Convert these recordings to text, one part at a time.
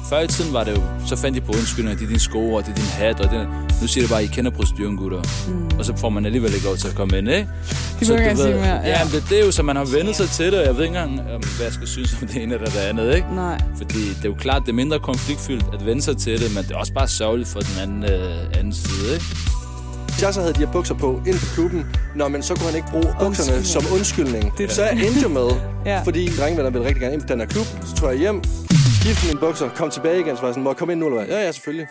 før i tiden var det jo, så fandt de på undskyldninger, det er din sko, og det er din hat, og det. Nu siger det bare, I kender proceduren, gutter. Og så får man alligevel ikke lov til at komme ind, ikke? De vil ikke sige mere. Ja, men det er jo, så man har vendt sig til det, og jeg ved ikke engang, hvad jeg skal synes om det ene eller det andet, ikke? Nej. Fordi det er jo klart, det er mindre konfliktfyldt at vende sig til det, men det er også bare sørgeligt for den anden side, ikke? Hvis jeg så havde de her bukser på ind på klubben, så kunne han ikke bruge bukserne som undskyldning. Så jeg endte jo med, fordi drengevenner ville rigtig gerne ind på den her klub, så tog jeg hjem, skiftede mine bukser, kom tilbage igen, så var jeg sådan, må jeg komme ind nu eller hvad? Ja, selvfølgelig.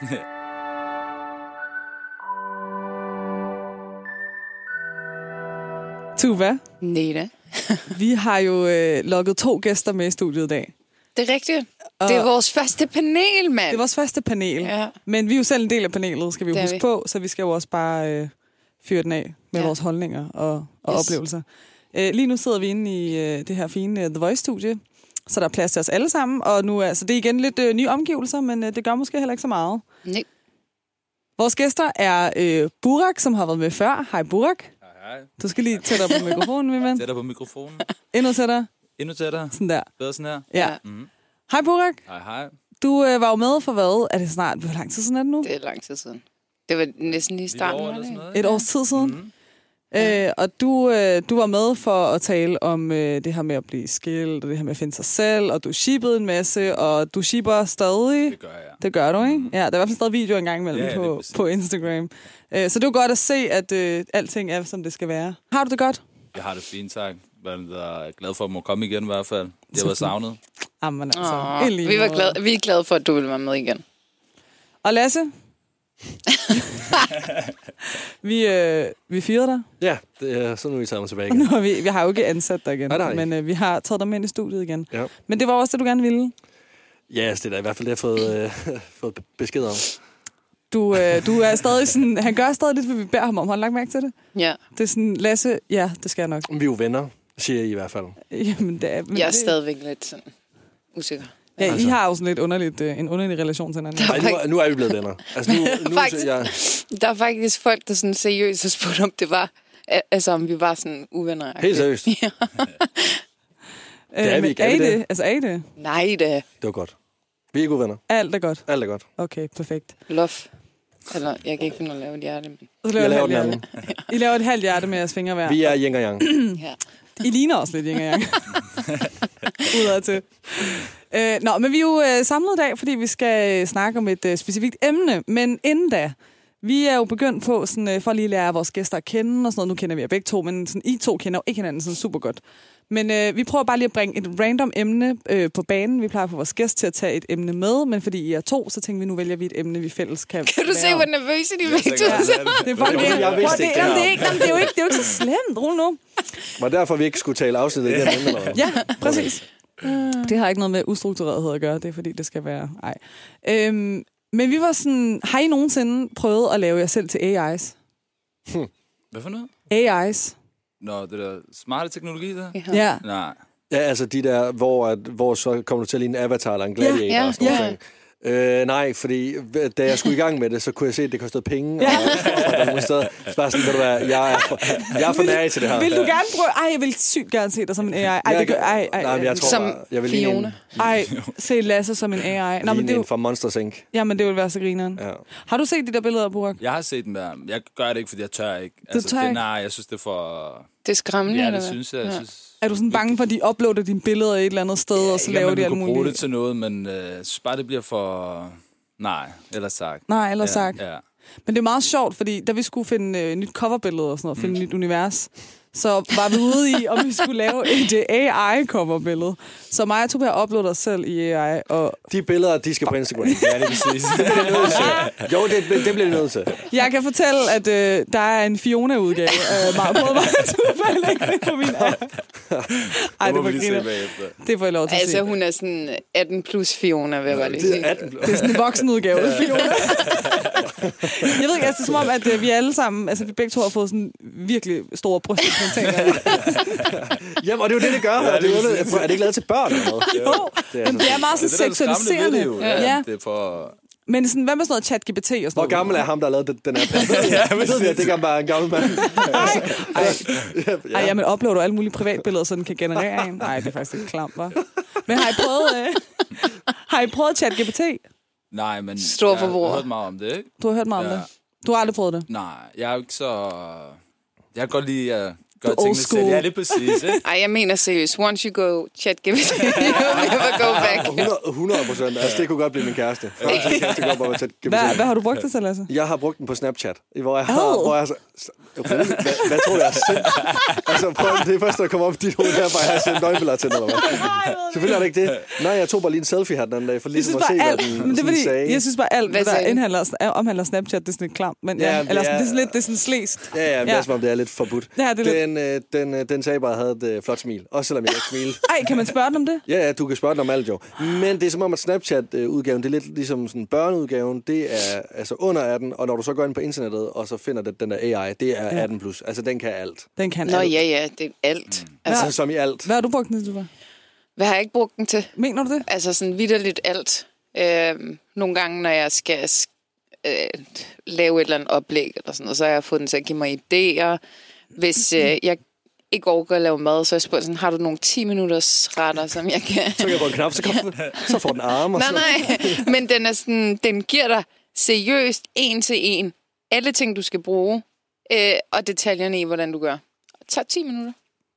Tuva? Neda. Vi har jo lukket 2 gæster med i studiet i dag. Det er rigtigt. Det er vores første panel, mand. Det er vores første panel. Ja. Men vi er jo selv en del af panelet, skal vi jo huske på. Så vi skal jo også bare fyre den af med vores holdninger og oplevelser. Lige nu sidder vi inde i det her fine The Voice-studie. Så der er plads til os alle sammen. Og nu altså, det er igen lidt nye omgivelser, men det gør måske heller ikke så meget. Nej. Vores gæster er Burak, som har været med før. Hej Burak. Hej. Du skal lige tættere på mikrofonen, min ven. Tættere på mikrofonen. Endnu tættere. Endnu tættere. Sådan der. Bedre sådan her. Ja. Hej Burak. Hej. Du var jo med for hvad? Er det snart? Hvor lang tid siden er det nu? Det er lang tid siden. Det var næsten i starten. Et års tid siden. Og du var med for at tale om det her med at blive skilt, og det her med at finde sig selv, og du shippede en masse, og du shipper stadig. Det gør jeg. Det gør du, ikke? Ja, der er i hvert fald stadig videoer engang imellem på Instagram. Så det er jo godt at se, at alting er, som det skal være. Har du det godt? Jeg har det fint, tak. Jeg er glad for, at må komme igen i hvert fald. Det har været savnet. Jamen altså, vi er glade for, at du vil være med igen. Og Lasse? vi fyrede dig. Ja, det er sådan, nu vi tager mig tilbage igen. Nu vi har jo ikke ansat dig igen, nej. Men vi har taget dig med ind i studiet igen. Ja. Men det var også det, du gerne ville? Ja, altså, det er da i hvert fald det, jeg har fået besked om. Du er stadig sådan... Han gør stadig lidt, hvad vi beder ham om. Har du lagt mærke til det? Ja. Det er sådan, Lasse, ja, det skal jeg nok. Vi er jo venner, siger I hvert fald. Jamen, det er... Jeg er stadigvæk lidt sådan usikker. Ja, I har jo sådan lidt en underlig relation til hinanden. Nej, nu er vi blevet venner. Altså, der er faktisk folk, der sådan seriøst har spurgt, om det var... Altså, om vi var sådan uvenner. Helt seriøst? Ja. Det er vi ikke. Er det? Altså, er I det? Nej, det. Det var godt. Vi er ikke uvenner. Alt er godt? Alt er godt. Okay, perfekt. Love. Eller, jeg kan ikke finde at lave et hjerte. Jeg laver den anden. I laver et halvt hjerte med jeres fingre hver. Vi er yin og yang. Ja. I ligner også lidt yin og yang. Udadtil. Men vi er jo samlet i dag, fordi vi skal snakke om et specifikt emne. Men inden da, vi er jo begyndt på, sådan, for at lige lære vores gæster at kende og sådan noget. Nu kender vi jer begge to, men sådan, I to kender jo ikke hinanden sådan super godt. Men vi prøver bare lige at bringe et random emne på banen. Vi plejer på vores gæst til at tage et emne med, men fordi I er to, så tænker vi, nu vælger vi et emne, vi fælles kan du se, hvor nervøse de begge to er? Det er fucking ikke. Det er jo ikke så slemt. Rul nu. Var derfor, vi ikke skulle tale afsnittet igen? Ja, præcis. Det har ikke noget med ustrukturerethed at gøre. Det er fordi, det skal være... Ej. Men vi var sådan... Har I nogensinde prøvet at lave jer selv til AI's? Hvad for noget? AI's. Nå, det der smarte teknologi der? Ja. Nej. Ja, altså de der, hvor så kommer du til at ligne en avatar eller en gladiator og sådan noget. Nej, fordi da jeg skulle i gang med det, så kunne jeg se, at det kostede penge. Ja. Og nogle steder, så bare sådan, jeg er for nær til det her. Vil du gerne prøve? Ej, jeg vil sygt gerne se dig som en AI. Nej, men jeg tror som bare, jeg vil Fiona. Se Lasse som en AI. Nå, men det er jo fra Monsters Inc. Jamen, det vil være så grineren. Ja. Har du set de der billeder, Burak? Jeg har set dem der. Jeg gør det ikke, fordi jeg tør ikke. Nej, jeg synes, det er for... Det er skræmmende, eller hvad? Ja, det synes jeg. Jeg synes... Er du sådan bange for, at de uploader dine billeder et eller andet sted, og så laver de alt muligt? Jeg kan bruge det til noget, men bare det bliver for... Nej, ellers sagt. Nej, ellers sagt. Ja. Men det er meget sjovt, fordi da vi skulle finde nyt coverbillede og sådan noget, finde et nyt univers, så var vi ude i, om vi skulle lave et AI-coverbillede. Så mig og Tobias uploader os selv i AI. Og... De billeder, de skal på Instagram. Ja, det er præcis. Jo, det bliver nødt til. Jeg kan fortælle, at der er en Fiona-udgave af mig på mig på min app. Ej, det var griner. Det får jeg lov til at se. Altså, hun er sådan 18 plus Fiona, vil jeg bare lige sige. Det er sådan en voksenudgave af Fiona. Jeg ved ikke, altså, det er som om, at vi alle sammen, altså vi begge to har fået sådan virkelig store brystimplantater. Jamen, og det er jo det gør. Er det ikke lavet til børn eller noget? Jo, men det er meget så seksualiserende. Ja. Det er for... Men sådan, hvad med sådan noget ChatGPT og sådan noget? Hvor gammel er ham, der har lavet den her plads? Det kan bare en gammel mand. Ej, men uploader du alle mulige privatbilleder, så den kan generere en? Nej, det er faktisk lidt klamt, hva'? Men har I prøvet ChatGPT? Nej, men Stor jeg forbruger. har hørt meget om det, ikke? Du har hørt meget om det? Du har aldrig prøvet det? Nej, jeg er jo ikke så... Jeg kan godt lide at gøre old tingene selv. school. Ja, lige præcis, ikke? Ej, jeg mener seriøst. Once you go ChatGPT, you'll never go back. 100%. Altså, det kunne godt blive min kæreste. Min kæreste går bare med ChatGPT. Hvad har du brugt det til, Lasse? Jeg har brugt den på Snapchat, hvor jeg hvad tror du, jeg har sendt? Altså, prøv, det er først, der kommer op i dit hoved, der bare, jeg har sendt nøgenbilleder til dig, eller hvad? Selvfølgelig er det ikke det. Nej, jeg tog bare lige en selfie her den anden dag, for ligesom at se, hvad den sådan sagde. Jeg synes bare, alt, hvad der omhandler Snapchat, det er sådan lidt klamt. Men ja, eller sådan, det er sådan slæst. Ja, det er som om, det er lidt forbudt. Ja, det Den sagde bare, havde et flot smil. Også selvom jeg ikke smilte. Ej, kan man spørge den om det? Ja, du kan spørge den om alt jo. Men det er som om, at Snapchat-udgaven, det er lidt ligesom sådan børneudgaven. Det er altså under 18, og når du så går ind på internettet, og så finder den der AI, det er 18 plus. Altså, den kan alt. Den kan Nå alt. ja, det er alt. Altså, som i alt. Hvad har du brugt den til, Hvad har jeg ikke brugt den til? Mener du det? Altså sådan vitterligt alt. Nogle gange, når jeg skal lave et eller andet oplæg, eller sådan noget, så har jeg fået den til at give mig idéer. Hvis jeg ikke overgår at lave mad, så jeg spørger sådan, har du nogle 10 minutters retter, som jeg kan... Så kan jeg på en knap, så får den arme. Og Nej, men den er sådan, den giver dig seriøst en til en alle ting, du skal bruge, og detaljerne i, hvordan du gør. Det tager 10 minutter.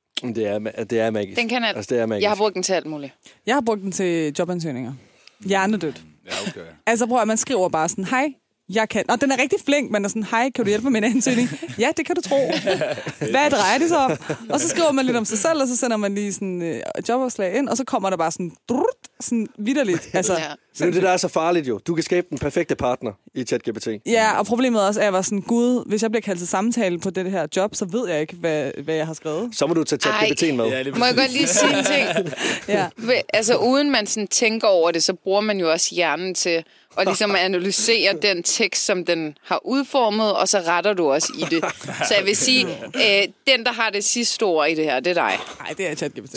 Det er magisk. Den kan alt. Altså, det er magisk. Jeg har brugt den til alt muligt. Jeg har brugt den til jobansøgninger. Hjernedødt. Ja, okay. Altså, prøv at man skriver bare sådan, hej, jeg kan... Og den er rigtig flink, men er sådan, hej, kan du hjælpe mig med en ansøgning? Ja, det kan du tro. Hvad drejer det så om? Og så skriver man lidt om sig selv, og så sender man lige sådan jobopslag ind, og så kommer der bare sådan vitterligt. Altså, det er det, der er så farligt jo. Du kan skabe den perfekte partner i ChatGPT. Ja, og problemet også er, at jeg var sådan, gud, hvis jeg bliver kaldt til samtale på det her job, så ved jeg ikke, hvad jeg har skrevet. Så må du tage ChatGPT med. Ja, må jeg godt lige sige en ting? Ja. Altså, uden man sådan tænker over det, så bruger man jo også hjernen til og ligesom analysere den tekst, som den har udformet, og så retter du også i det. Så jeg vil sige, den, der har det sidste ord i det her, det er dig. Nej, det er ChatGPT.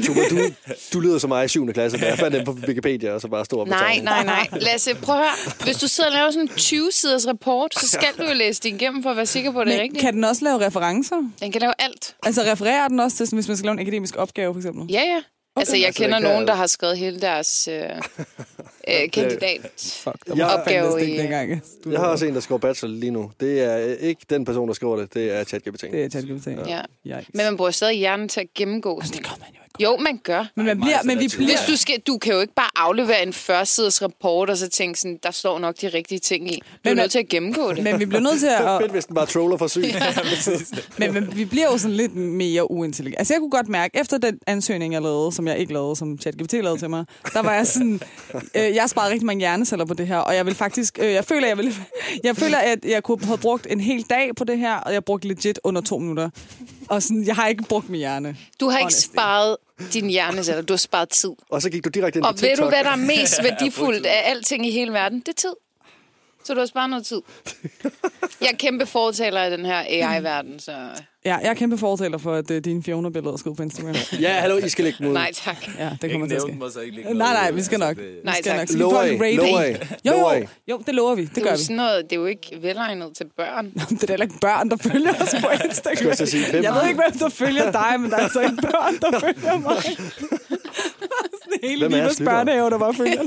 Du lyder som mig i 7. klasse, da jeg fandt den på Wikipedia, og så bare stod op. Nej. Lasse, prøv at høre. Hvis du sidder og laver sådan en 20-siders rapport, så skal du jo læse det igennem for at være sikker på, at det er rigtigt. Kan den også lave referencer? Den kan lave alt. Altså refererer den også til, sådan, hvis man skal lave en akademisk opgave, for eksempel? Ja. Altså, jeg kender nogen, der har skrevet hele deres kandidatopgave i... Jeg har også en, der skriver bachelor lige nu. Det er ikke den person, der skriver det. Det er ChatGPT. Det er ChatGPT. Ja. Men man bruger stadig hjernen til at gennemgå. Det gør man jo ikke. Jo, man gør. Men vi bliver... Du kan jo ikke bare aflevere en førstsiders rapport, og så tænke sådan, der står nok de rigtige ting i. Du er nødt til at gennemgå det. Men vi bliver nødt til at... Fedt, hvis den bare troller for syg. men vi bliver jo sådan lidt mere uintelligent. Altså, jeg kunne godt mærke, efter den ansøgning, jeg lavede, som jeg ikke lavede, som ChatGPT lavede til mig, der var jeg sådan... jeg sparede rigtig mange hjerneceller på det her, og jeg vil faktisk... Jeg føler, at jeg kunne have brugt en hel dag på det her, og jeg brugte legit under 2 minutter. Og sådan, jeg har ikke brugt min hjerne. Du har ikke sparet din hjerneceller, du har sparet tid. Og så gik du direkte ind på TikTok. Og ved du, hvad der er mest værdifuldt af alting i hele verden? Det er tid. Så du har sparet noget tid. Jeg er kæmpe fortaler af den her AI-verden, så... Ja, jeg er kæmpe fortaler for, at dine Fiona-billeder skal ud på Instagram. Ja, hallo, I skal lægge dem ud. Nej, tak. Ja, det kommer til at ske. Nej, nej, vi skal nok. Nej, tak. Jo, det lover vi. Det gør vi. Sådan noget, det er jo ikke velegnet til børn. Det er heller ikke børn, der følger os på Instagram. Jeg ved ikke, hvem der følger dig, men der er altså ikke børn, der følger mig. Hele livets børnehave, der bare følger.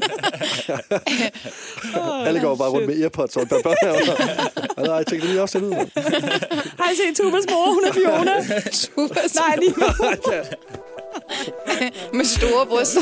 Alle går bare rundt med earpods og børnehaver. Nej, jeg tænkte lige også ud. Har I set Tubas mor? Hun er Fiona. Tubas nej, lige med store bryster.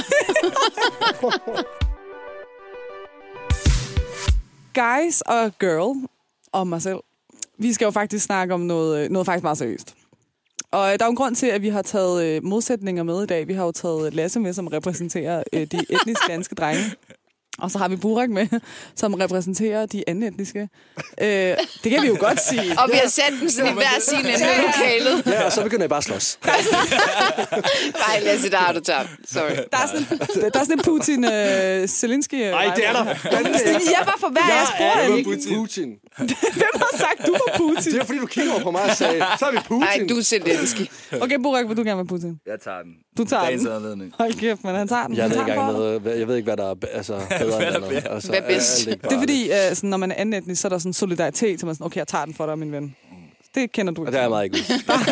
Guys og girl og mig selv. Vi skal jo faktisk snakke om noget faktisk meget seriøst. Og der er jo en grund til, at vi har taget modsætninger med i dag. Vi har jo taget Lasse med, som repræsenterer de etnisk danske drenge. Og så har vi Burak med, som repræsenterer de anden etniske. Det kan vi jo godt sige. Og vi har sat dem sådan i hver sin ende af lokalet. Ja, og så begynder jeg bare at slås. Nej, Lasse, der har du tabt. Sorry. Der er sådan en Putin-Zelensky. Nej, det er der. Jeg var for hver, jeg spurgte. Ikke Putin. Hvem har sagt, du var Putin? Det er fordi, du kigger over på mig og sagde, så er vi Putin. Nej, du er Zelensky. Okay, Burak, vil du gerne være Putin? Jeg tager den. Du tager Dagens den? anledning. Hold kæft, men han tager den. Jeg ved ikke engang noget. Jeg ved ikke, hvad der er bedre end andet. Altså, hvad er bedst? Det er fordi, sådan, når man er anden etnisk, så er der sådan solidaritet, så man sådan, okay, jeg tager den for dig, min ven. Det kender du. Og det er meget ikke.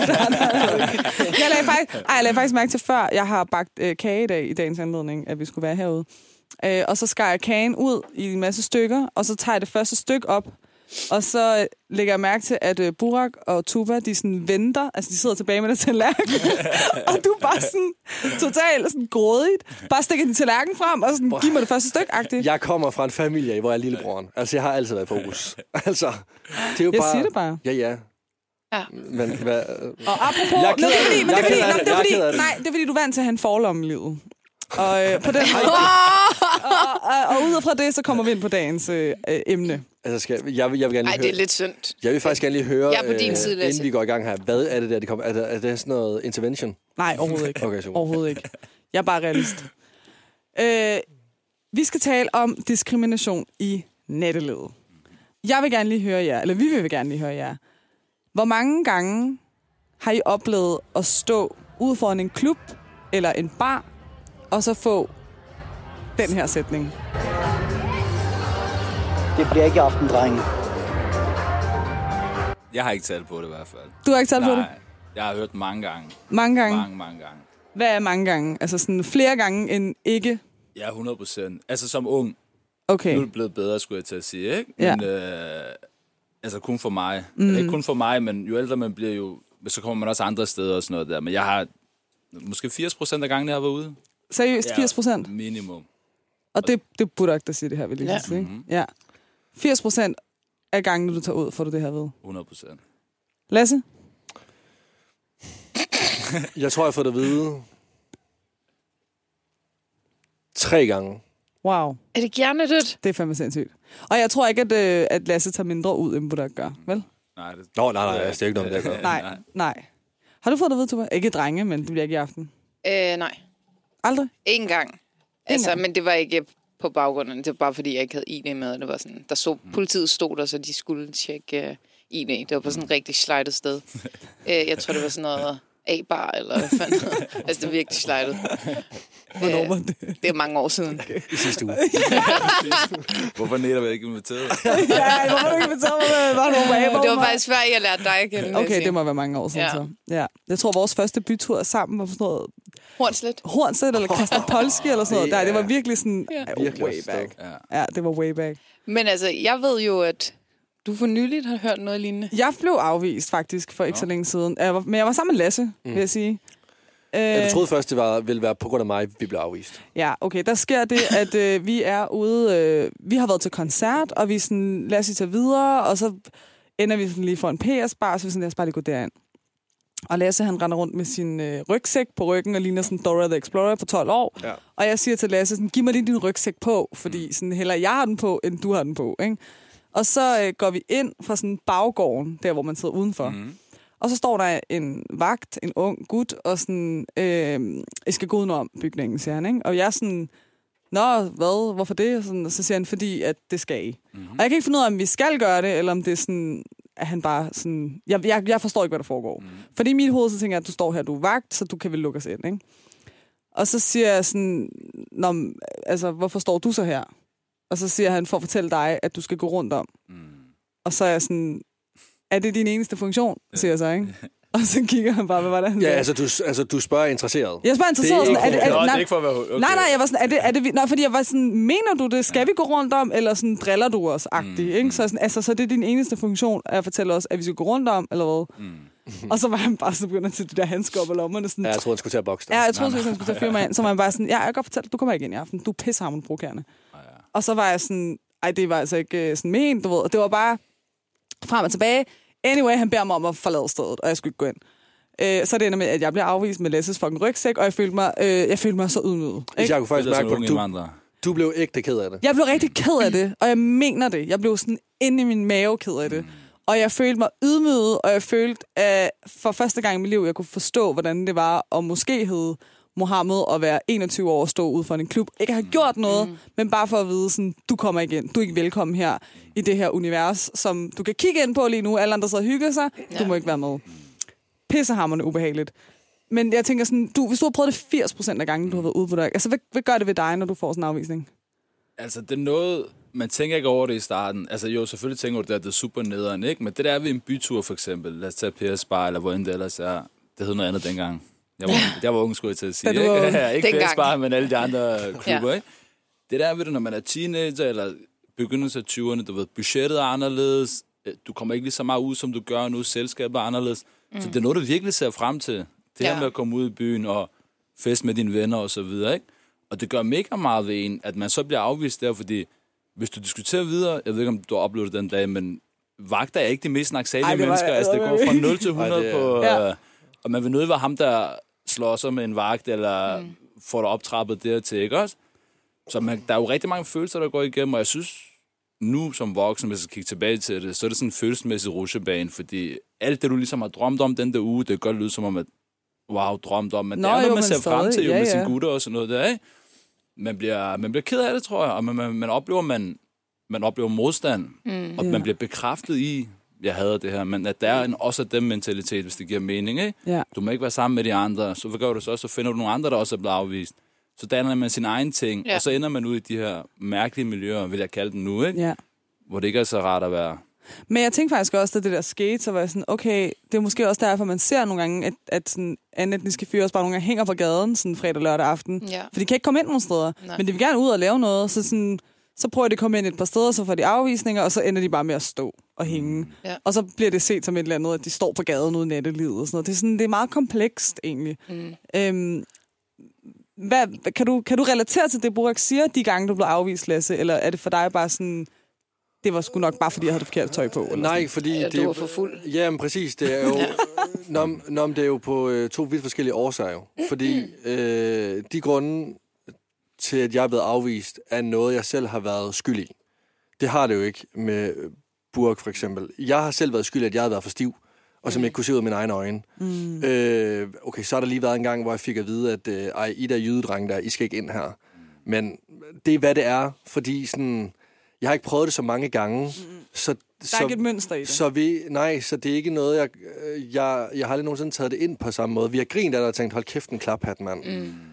Jeg lagde faktisk mærke til før, jeg har bagt kage i dag, i dagens anledning, at vi skulle være herude. Og så skærer jeg kagen ud i en masse stykker, og så tager jeg det første stykke op, og så lægger jeg mærke til, at Burak og Tuba, de sådan venter, altså de sidder tilbage med den tallerken, og du bare sådan totalt sådan grådigt, bare stikker din tallerken frem, og sådan, giv mig det første stykke-agtigt. Jeg kommer fra en familie, hvor jeg er lillebroren. Altså, jeg har altid været i fokus. Altså, det er jo bare... siger det bare. Ja. Ja. Men hvad... Og apropos... Det er fordi, du er vant til at have en forlomme i livet. Og på den måde... og ud fra det, så kommer vi ind på dagens emne. Altså, jeg vil gerne lige høre... det er lidt synd. Jeg vil faktisk gerne lige høre, jeg er på din side, inden vi går i gang her. Hvad er det der, de kommer... Er det sådan noget intervention? Nej, overhovedet ikke. Okay, super. Overhovedet ikke. Jeg er bare realist. Vi skal tale om diskrimination i nattelivet. Jeg vil gerne lige høre jer, eller vi vil gerne lige høre jer. Hvor mange gange har I oplevet at stå ude foran en klub eller en bar, og så få den her sætning? Det bliver ikke aften, drenge. Jeg har ikke talt på det i hvert fald. Du har ikke talt på det? Nej, jeg har hørt mange gange. Mange gange? Mange gange. Hvad er mange gange? Altså sådan flere gange end ikke? Ja, 100%. Altså som ung. Okay. Nu er det blevet bedre, skulle jeg til at sige, ikke? Ja. Men altså kun for mig. Eller ikke kun for mig, men jo ældre man bliver jo... Så kommer man også andre steder og sådan noget der. Men jeg har måske 80% af gangene, jeg har været ude. Seriøst? 80%? Ja, minimum. Og det er Budak, der siger det her, vil jeg sige. Mm-hmm. Ja. 80% af gangene, du tager ud, får du det her ved. 100%. Lasse? Jeg tror, jeg får det at vide 3 gange. Wow. Er det gerne dødt? Det er fandme sindssygt. Og jeg tror ikke, at Lasse tager mindre ud, end Budak gør, vel? Nej, nej, det er ikke noget, det gør. Nej. Har du fået det at vide, Tuba? Ikke drenge, men det bliver ikke i aften. Nej. Aldrig? En gang. Men det var ikke på baggrunden. Det var bare, fordi jeg ikke havde ID med. Det var sådan, politiet stod der, så de skulle tjekke ID. Det var på sådan et rigtig slidet sted. Jeg tror, det var sådan noget A-bar, eller hvad fanden. Altså, det er virkelig slidet. Hvornår var det? Det er mange år siden. I sidste uge. Hvorfor netop ikke inviteret? Hvorfor du ikke inviteret? Det var faktisk før, jeg lærte dig at kende. Okay, det må være mange år siden så. Ja. Jeg tror, vores første bytur sammen var sådan noget... Hornslet eller Krasnopolski eller sådan noget. Der, det var virkelig sådan way back. Ja, det var way back. Men altså, jeg ved jo, at du for nyligt har hørt noget lignende. Jeg blev afvist faktisk for ikke så længe siden. Men jeg var sammen med Lasse, vil jeg sige. Jeg troede først, det ville være på grund af mig, vi blev afvist. Ja, okay. Der sker det, at vi er ude... vi har været til koncert, og vi sådan, lad os tage videre, og så ender vi sådan lige for en PS-bar, så vi sådan, lad os bare lige gå derind. Og Lasse, han render rundt med sin rygsæk på ryggen, og ligner sådan Dora the Explorer på 12 år. Ja. Og jeg siger til Lasse, sådan, giv mig lige din rygsæk på, fordi sådan, hellere jeg har den på, end du har den på. Ikke? Og så går vi ind fra sådan baggården, der hvor man sidder udenfor. Mm. Og så står der en vagt, en ung gut, og sådan, jeg skal gå udenom bygningen, siger han. Ikke? Og jeg er sådan, nå, hvad, hvorfor det? Og så siger han, fordi at det skal I. Mm-hmm. Og jeg kan ikke finde ud af, om vi skal gøre det, eller om det er sådan, at han bare sådan, jeg forstår ikke, hvad der foregår. Mm. Fordi i mit hoved, så tænker jeg, at du står her, du er vagt, så du kan vel lukke os ind, ikke? Og så siger jeg sådan, nå, altså, hvorfor står du så her? Og så siger han, for at fortælle dig, at du skal gå rundt om. Mm. Og så er jeg sådan, er det din eneste funktion, siger jeg så, ikke? Og så kigger han bare, hvad var det, han sagde? Du spørger interesseret. Jeg spørger interesseret. Det er ikke for at være... Okay. Nej, jeg var sådan, er det nej, fordi jeg var sådan, mener du det? Skal vi gå rundt om? Eller sådan, driller du os-agtigt, ikke? Så, sådan, altså, så det er din eneste funktion, at fortælle os, at vi skal gå rundt om, eller hvad? Og så var han bare så begyndt at tage de der handsker op og lommerne. Sådan, jeg troede, han skulle til at bokse dig. Ja, jeg troede, han skulle til at fyre mig ind. Så var han bare sådan, jeg kan godt fortælle, du kommer ikke ind i aften. Du er pissehammerende provokerende. Og så var jeg sådan, det var altså ikke sådan ment, du ved. Og det var bare frem og tilbage. Anyway, han beder mig om at forlade stedet, og jeg skulle ikke gå ind. Så det ender med, at jeg bliver afvist med Lasses fucking rygsæk, og jeg følte mig så ydmyget. Jeg kunne faktisk mærke på, at du blev ægte ked af det. Jeg blev rigtig ked af det, og jeg mener det. Jeg blev sådan inde i min mave ked af det. Og jeg følte mig ydmyget, og jeg følte, at for første gang i mit liv, jeg kunne forstå, hvordan det var, og måske hed Mohammed at være 21 år og stå ude for en klub. Ikke have gjort noget, men bare for at vide, sådan, du kommer ikke ind. Du er ikke velkommen her i det her univers, som du kan kigge ind på lige nu. Alle andre sidder og hygger sig. Du må ikke være med. Pissehamrende ubehageligt. Men jeg tænker sådan, hvis du har prøvet det 80% af gangen, du har været ude på dig, altså hvad gør det ved dig, når du får sådan en afvisning? Altså, det er noget, man tænker ikke over det i starten. Altså, jo, selvfølgelig tænker du, at det er super nederen, ikke? Men det der er ved en bytur, for eksempel. Lad os tage PS Bar, eller hvor end det ellers er. Det hed noget andet dengang. Jeg var ung, skulle jeg til at sige. Ikke PS Bar, men alle de andre klubber, ikke? Det der ved det, når man er teenager, eller begyndelsen af 20'erne, du ved, budgettet er anderledes. Du kommer ikke lige så meget ud, som du gør nu. Selskabet er anderledes. Så det er noget, du virkelig ser frem til. Det her med at komme ud i byen og fest med dine venner og så videre, ikke? Og det gør mega meget ved en, at man så bliver afvist der, fordi hvis du diskuterer videre, jeg ved ikke, om du har oplevet det den dag, men vagter er ikke de mest snaksalige mennesker. Altså, det går fra 0 til 100 på... og man vil nødt være ham, der slår sig med en vagt, eller får dig optrappet dertil, ikke også? Så der er jo rigtig mange følelser, der går igennem, og jeg synes, nu som voksen, hvis jeg skal kigge tilbage til det, så er det sådan en følelsesmæssig rutsjebane, fordi alt det, du ligesom har drømt om den der uge, det kan godt lyde som om, at wow, drømt om, men det er noget, man ser frem til med sine gutter og sådan noget der, ikke? Man bliver ked af det, tror jeg, og man oplever modstand, og man bliver bekræftet i, jeg hader det her, men at der er også den mentalitet, hvis det giver mening, ikke? Ja. Du må ikke være sammen med de andre, så hvad gør du så finder du nogle andre, der også er blevet afvist. Så danner man sin egen ting, og så ender man ud i de her mærkelige miljøer, vil jeg kalde dem nu, ikke? Ja. Hvor det ikke er så rart at være. Men jeg tænkte faktisk også, at det der skete, så var jeg sådan, okay, det er måske også derfor, man ser nogle gange, at sådan anden-etniske fyre også bare nogle gange hænger på gaden sådan fredag lørdag aften. Ja. For de kan ikke komme ind nogen steder. Nej. Men de vil gerne ud og lave noget, så prøver de at komme ind et par steder, så får de afvisninger, og så ender de bare med at stå og hænge. Ja. Og så bliver det set som et eller andet, at de står på gaden uden nattelivet og sådan noget. Det er meget komplekst, egentlig. Kan du relatere til det, Burak siger, de gange, du blev afvist, Lasse? Eller er det for dig bare sådan... Det var sgu nok bare, fordi jeg havde det forkerte tøj på? Eller nej, sådan? fordi... Ja, du var for fuld. Jamen, præcis. Det er jo... det er jo på 2 vidt forskellige årsager. Jo. Fordi de grunde til, at jeg er blevet afvist, er noget, jeg selv har været skyld i. Det har det jo ikke med Burak, for eksempel. Jeg har selv været skyld i, at jeg har været for stiv, og som ikke kunne se ud af mine egne øjne. Okay, så har der lige været en gang, hvor jeg fik at vide, at I der jydedreng der, I skal ikke ind her. Men det er, hvad det er, fordi sådan... Jeg har ikke prøvet det så mange gange. Så, der er ikke et mønster i det. Så det er ikke noget, jeg har aldrig nogensinde taget det ind på samme måde. Vi har grint af det og tænkt, hold kæft en klaphat, mand.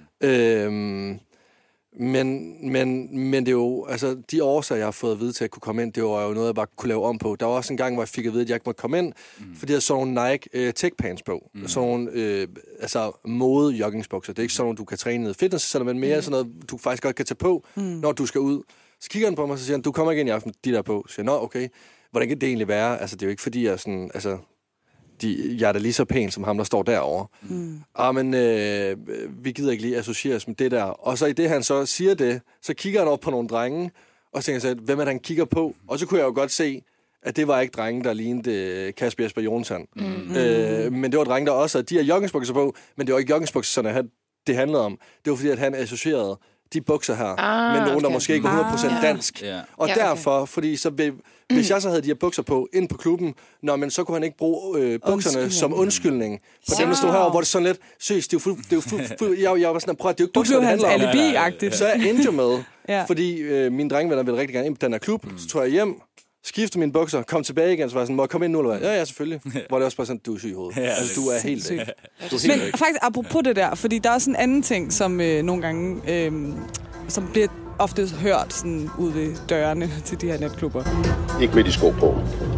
Men det er jo, altså de årsager, jeg har fået at vide til at kunne komme ind, det var jo noget, jeg bare kunne lave om på. Der var også en gang, hvor jeg fik at vide, at jeg ikke måtte komme ind, fordi jeg så nogle Nike Tech Pants på. Sådan nogle, mode joggingsbukser. Det er ikke sådan, du kan træne i fitness, men mere sådan noget, du faktisk godt kan tage på, når du skal ud. Så kigger han på mig, og så siger han, du kommer ikke ind i aften, de der på. Så siger jeg, nå, okay. Hvordan kan det egentlig være? Altså, det er jo ikke fordi, jeg er sådan, altså... Jeg er da lige så pæn, som ham, der står derovre. Men vi gider ikke lige associeres med det der. Og så i det, han så siger det, så kigger han op på nogle drenge, og så tænker jeg, hvem er det, han kigger på? Og så kunne jeg jo godt se, at det var ikke drenge, der lignede Kasper Jesper Jonsson. Men det var drenge, der også havde de her joggingsbukser på, men det var ikke joggingsbukser, det handlede om. Det var fordi, at han associerede de bukser her med nogen, der måske ikke var 100% dansk. Og derfor, fordi så hvis jeg så havde de her bukser på ind på klubben, så kunne han ikke bruge bukserne som undskyldning. På dem, der stod herovre, hvor det sådan lidt, seriøst, jeg var sådan, prøv at det er jo ikke bukserne, det handler om. Alibi-agtigt. Så jeg endte jo med, fordi mine drengevenner ville rigtig gerne ind på den her klub, så tog jeg hjem, skiftede mine bukser, kom tilbage igen, så var jeg sådan, må jeg komme ind nu, eller hvad? Ja, selvfølgelig. Hvor det også bare sådan, du er syg i hovedet. Altså, du er helt væk. Men faktisk, apropos det der, fordi der er også en anden ting, som nogle gange, som bliver ofte hørt sådan ud ved dørene til de her netklubber. Ikke med de sko på.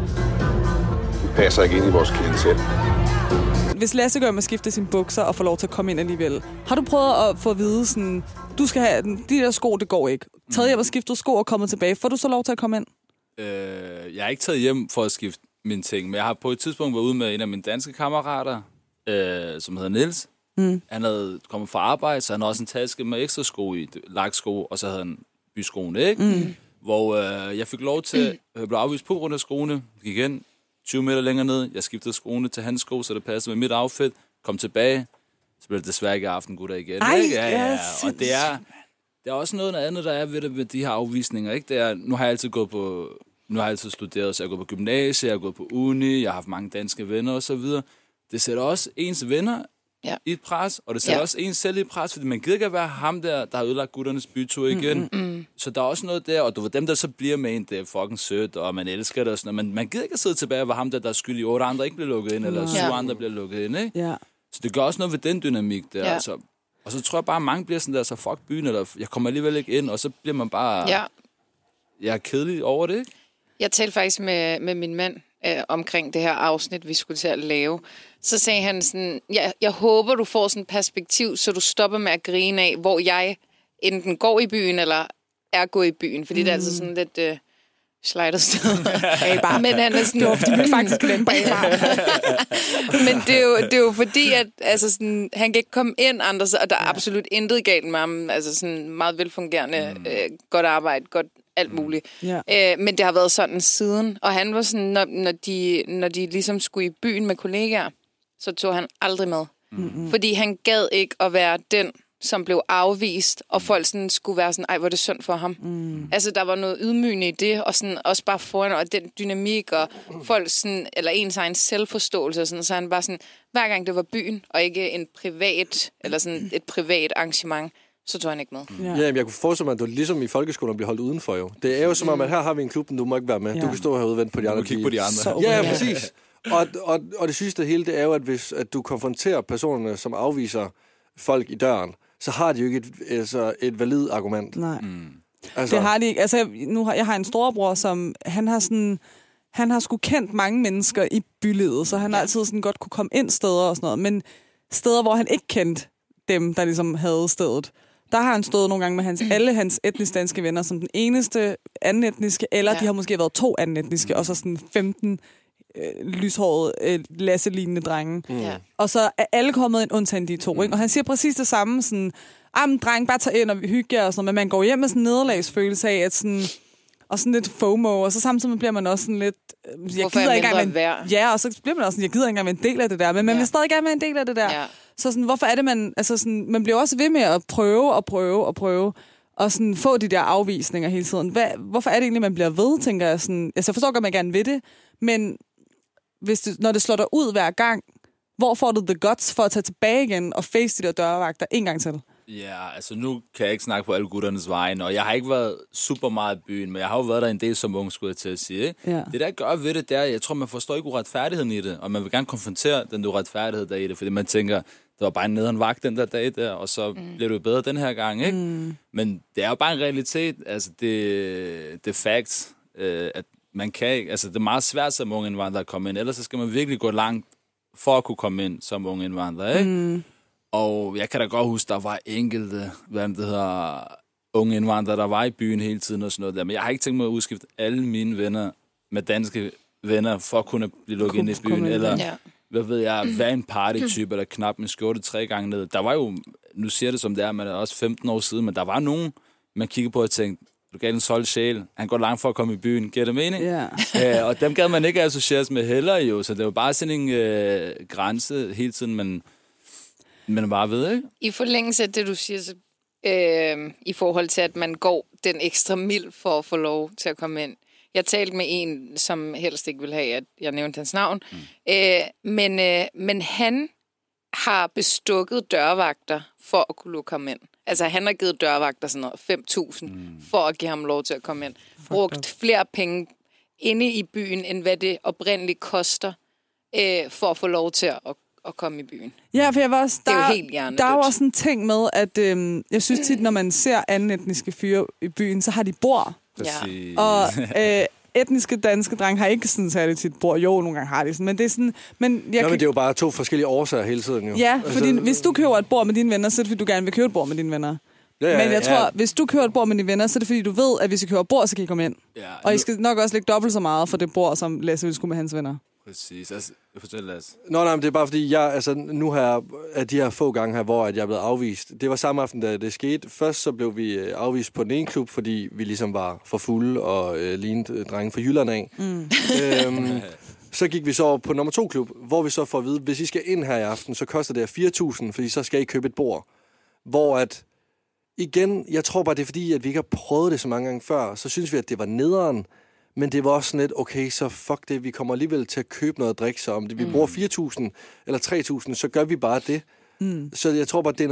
Vi passer ikke ind i vores klientel. Hvis Lasse gør med at skifte sine bukser og får lov til at komme ind alligevel, har du prøvet at få at vide sådan, du skal have de der sko, det går ikke. Taget hjem og skiftet sko og kommet tilbage, får du så lov til at komme ind? Jeg har ikke taget hjem for at skifte mine ting, men jeg har på et tidspunkt været ude med en af mine danske kammerater, som hedder Niels. Han havde kommet fra arbejde, så han havde også en taske med ekstra sko i, laksko, og så havde han byskoene, ikke? Hvor jeg fik lov til at blive afvist på grund af skoene. Gik igen 20 meter længere ned, jeg skiftede skoene til hans sko, så det passede med mit outfit, kom tilbage, så blev det desværre ikke aftengutter igen. Ikke? Ja. Og det er også noget andet, der er ved de her afvisninger, ikke? Det er, nu har jeg altid studeret, så jeg har gået på gymnasiet, jeg har gået på uni, jeg har haft mange danske venner og så videre. Det sætter også ens venner i et pres, og det sætter også ens selv i et pres, fordi man gider ikke at være ham der har ødelagt gutternes bytur igen. Så der er også noget der, og du ved, dem der så bliver med en, det er fucking sødt, og man elsker det og sådan noget, men man gider ikke at sidde tilbage og være ham der er skyld i 8 andre ikke bliver lukket ind, eller 7 andre bliver lukket ind, ikke? Ja. Så det gør også noget ved den dynamik der. Altså, Og så tror jeg bare, at mange bliver sådan der, så fuck byen, eller jeg kommer alligevel ikke ind, og så bliver man bare... Ja. Jeg er kedelig over det, ikke? Jeg talte faktisk med min mand omkring det her afsnit, vi skulle til at lave. Så sagde han sådan, jeg håber, du får sådan et perspektiv, så du stopper med at grine af, hvor jeg enten går i byen, eller er gået i byen. Fordi det er altså sådan lidt slidet sted. Men han er sådan... Det vil faktisk den bag Men det er jo fordi, at altså sådan, han kan ikke komme ind andre, og der er absolut intet galt med ham. Altså sådan meget velfungerende, godt arbejde, godt alt muligt. Men det har været sådan siden. Og han var sådan, når de ligesom skulle i byen med kollegaer, så tog han aldrig med. Fordi han gad ikke at være den, som blev afvist, og folk sådan skulle være sådan, ej, hvor er det synd for ham. Altså, der var noget ydmygende i det, og sådan også bare foran, og den dynamik, og folk sådan, eller ens egen selvforståelse, og sådan, så han bare sådan, hver gang det var byen, og ikke en privat, eller sådan et privat arrangement, så tog han ikke med. Ja, men jeg kunne forestille mig, at du ligesom i folkeskolen bliver holdt udenfor jo. Det er jo som om, at her har vi en klub, du må ikke være med. Du kan stå herude og vente på de andre. Kigge på de andre. Ja, præcis. Og det sygeste hele, det er jo, at hvis at du konfronterer personerne, som afviser folk i døren, så har de jo ikke et valid argument. Nej. Altså. Det har de ikke. Altså, jeg har en storebror, som han har sgu kendt mange mennesker i bylivet, så han har altid sådan godt kunne komme ind steder og sådan noget, men steder, hvor han ikke kendte dem, der ligesom havde stedet, der har han stået nogle gange med alle hans etnisk danske venner som den eneste anden etniske, eller de har måske været 2 anden etniske, og så sådan 15 lyshårede, lasselignende drenge. Og så er alle kommet ind, undtagen de 2. Ikke? Og han siger præcis det samme, sådan, dreng, bare tag ind og hygge jer, og sådan noget, men man går hjem med sådan en nederlagsfølelse af, at sådan, og sådan lidt FOMO, og så samtidig bliver man også sådan lidt... Hvorfor er jeg mindre værd? Ja, og så bliver man også sådan, jeg gider ikke engang være en del af det der, men man vil stadig gerne være en del af det der. Ja. Så sådan, hvorfor er det, man bliver også ved med at prøve, og sådan få de der afvisninger hele tiden. Hvorfor er det egentlig, man bliver ved, tænker jeg sådan... Altså, jeg forstår godt, at man gerne vil det, men når det slår dig ud hver gang, hvor får du the guts for at tage tilbage igen og face de der dørvagter en gang til? Ja, altså nu kan jeg ikke snakke på alle gutternes vegne, og jeg har ikke været super meget i byen, men jeg har jo været der en del som ung, skulle jeg til at sige. Ikke? Ja. Det der gør ved det, jeg tror, man forstår ikke uretfærdigheden i det, og man vil gerne konfrontere den uretfærdighed der i det, fordi man tænker, det var bare en nederen vagt den der dag der, og så bliver det jo bedre den her gang, ikke? Men det er jo bare en realitet, altså det er facts, at man kan ikke, altså det er meget svært som unge indvandrere at komme ind, ellers så skal man virkelig gå langt for at kunne komme ind som unge indvandrere, ikke? Og jeg kan da godt huske, der var enkelte, unge indvandrere, der var i byen hele tiden og sådan noget der, men jeg har ikke tænkt mig at udskifte alle mine venner med danske venner for at kunne blive lukket ind i byen, eller hvad ved jeg, hvad en partytype, eller knap en skjorte 3 gange ned. Der var jo, nu siger det som det er, man er også 15 år siden, men der var nogen, man kiggede på og tænkte, du gav en solgt sjæl. Han går langt for at komme i byen. Giver det mening? Yeah. Og dem gad man ikke associeres med heller jo. Så det var bare sådan en grænse hele tiden, men bare ved, ikke? I forlængelse af det, du siger, så, i forhold til, at man går den ekstra mil for at få lov til at komme ind. Jeg talte med en, som helst ikke ville have, at jeg nævnte hans navn. Men han har bestukket dørvagter for at kunne lukke ham ind. Altså, han har givet dørvagter sådan noget 5.000 for at give ham lov til at komme ind. Brugt flere penge inde i byen, end hvad det oprindeligt koster, for at få lov til at komme i byen. Ja, for jeg var også, det er jo helt hjernedødt. Der er jo også en ting med, at jeg synes tit, når man ser anden etniske fyre i byen, så har de bord. Præcis. Og etniske danske drenge har ikke sådan særligt sit bord. Jo, nogle gange har de sådan, men det er sådan... Men det er jo bare 2 forskellige årsager hele tiden, jo. Ja, fordi hvis du køber et bord med dine venner, så er det fordi, du gerne vil købe et bord med dine venner. Ja, men jeg tror, hvis du køber et bord med dine venner, så er det fordi, du ved, at hvis I køber et bord, så kan I komme ind. Ja, og I skal nok også lægge dobbelt så meget for det bord, som Lasse ville skulle med hans venner. Præcis. Altså, jeg fortæller Lasse. Nej, men det er bare fordi, nu har jeg de her få gange her, hvor jeg er blevet afvist. Det var samme aften, da det skete. Først så blev vi afvist på den ene klub, fordi vi ligesom var for fulde og lignede drenge fra Jylland af. Så gik vi så over på nummer 2 klub, hvor vi så får at vide, hvis I skal ind her i aften, så koster det 4.000, fordi så skal I købe et bord. Hvor at, igen, jeg tror bare, det er fordi, at vi ikke har prøvet det så mange gange før, så synes vi, at det var nederen. Men det var også sådan lidt, okay, så fuck det, vi kommer alligevel til at købe noget at drikke, så om det, vi bruger 4.000 eller 3.000, så gør vi bare det. Så jeg tror bare, det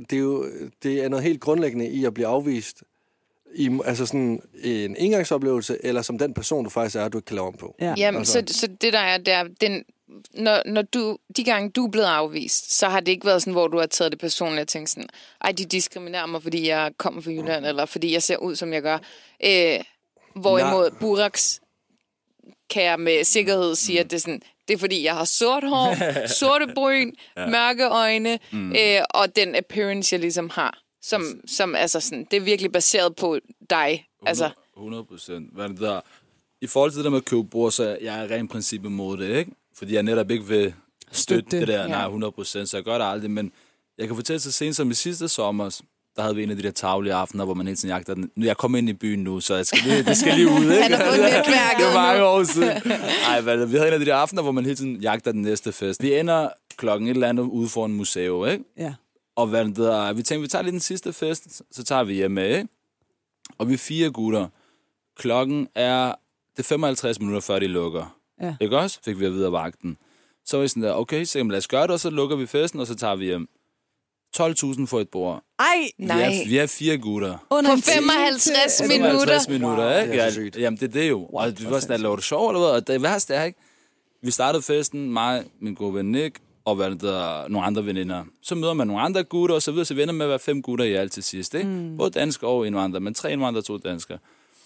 er noget helt grundlæggende i at blive afvist i altså sådan en engangsoplevelse, eller som den person, du faktisk er, du ikke kan lave om på. Ja. Jamen, altså. så det der er, de gange du er blevet afvist, så har det ikke været sådan, hvor du har taget det personligt og tænkt sådan, ej, de diskriminerer mig, fordi jeg kommer fra Jylland, eller fordi jeg ser ud, som jeg gør. Hvorimod Buraks kan jeg med sikkerhed sige, at det er sådan, det er fordi, jeg har sort hår, sorte bryn, mørke øjne, og den appearance, jeg ligesom har, som altså sådan, det er virkelig baseret på dig. 100%. Hvad det der? I forhold til det med at købe bord, så jeg er rent princip imod det, ikke? Fordi jeg netop ikke vil støtte det der, nej, 100%, så jeg gør det aldrig, men jeg kan fortælle så sent som i sidste sommer, der havde vi en af de der tavlige aftener, hvor man hele tiden jagter den. Jeg kommer ind i byen nu, så det skal lige ud, ikke? Han har fået netværket. Det var mange år siden. Ej, vi havde en af de der aftener, hvor man hele tiden jagter den næste fest. Vi ender klokken et eller andet ude foran museum, ikke? Ja. Og vi tænkte, vi tager lige den sidste fest, så tager vi hjem med, ikke? Og vi er 4 gutter. Klokken er 55 minutter, før de lukker. Ja. Ikke også? Fik vi at vide af vagten. Så var vi sådan der, okay, så lad os gøre det, og så lukker vi festen, og så tager vi hjem. 12.000 for et bord. Ej, nej. Vi er 4 gutter. På 55 minutter. 55 minutter, wow, ikke? Ja, jamen, det er det jo. Og vi var sådan, laver det sjov, eller hvad? Og det værste er, ikke? Vi startede festen, mig, min gode ven Nick, og nogle andre veninder. Så møder man nogle andre gutter, og så videre, så vender med at være 5 gutter i alt til sidst, ikke? Både danskere og indvandrere, men 3 indvandrere og 2 danskere.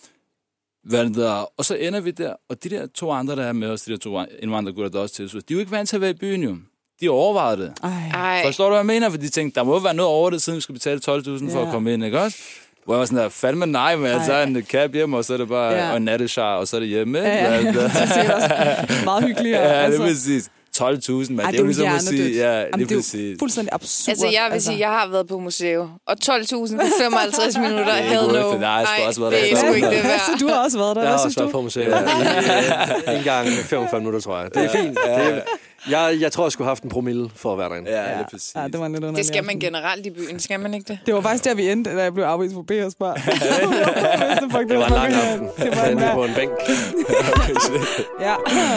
Og så ender vi der, og de der 2 andre, der er med os, de der 2 indvandrergutter, der også tilslutter, de er jo ikke vant til at være i byen, jo. De overvejede det. Ej. Forstår du, hvad jeg mener? For de tænkte, der må være noget over det, siden vi skal betale 12.000 for at komme ind, ikke også? Hvor jeg var sådan der, fandme nej, men så er en cab hjemme, og så er det bare en nattechar, og så er det hjemme, ikke? Ja. Det er også meget hyggeligt. Ja, det er præcis. 12.000, men det er jo ligesom at sige... Ja, det er jo fuldstændig absurd. Altså, jeg vil sige, jeg har været på museum, og 12.000 for 55 minutter, hell no. Nej, det er sgu ikke det værd. Du har også været der. Jeg har også været på museum. En gang 45 minutter, tror jeg. Det er fint. Jeg tror, jeg skulle have haft en promille for at være derinde. Ja, det er præcis. Ja, det var lidt det skal man generelt i byen, skal man ikke det? Det var faktisk der, vi endte, da jeg blev afvist på BS Bar. Det var en lang aften. Det var på en bænk. Ja.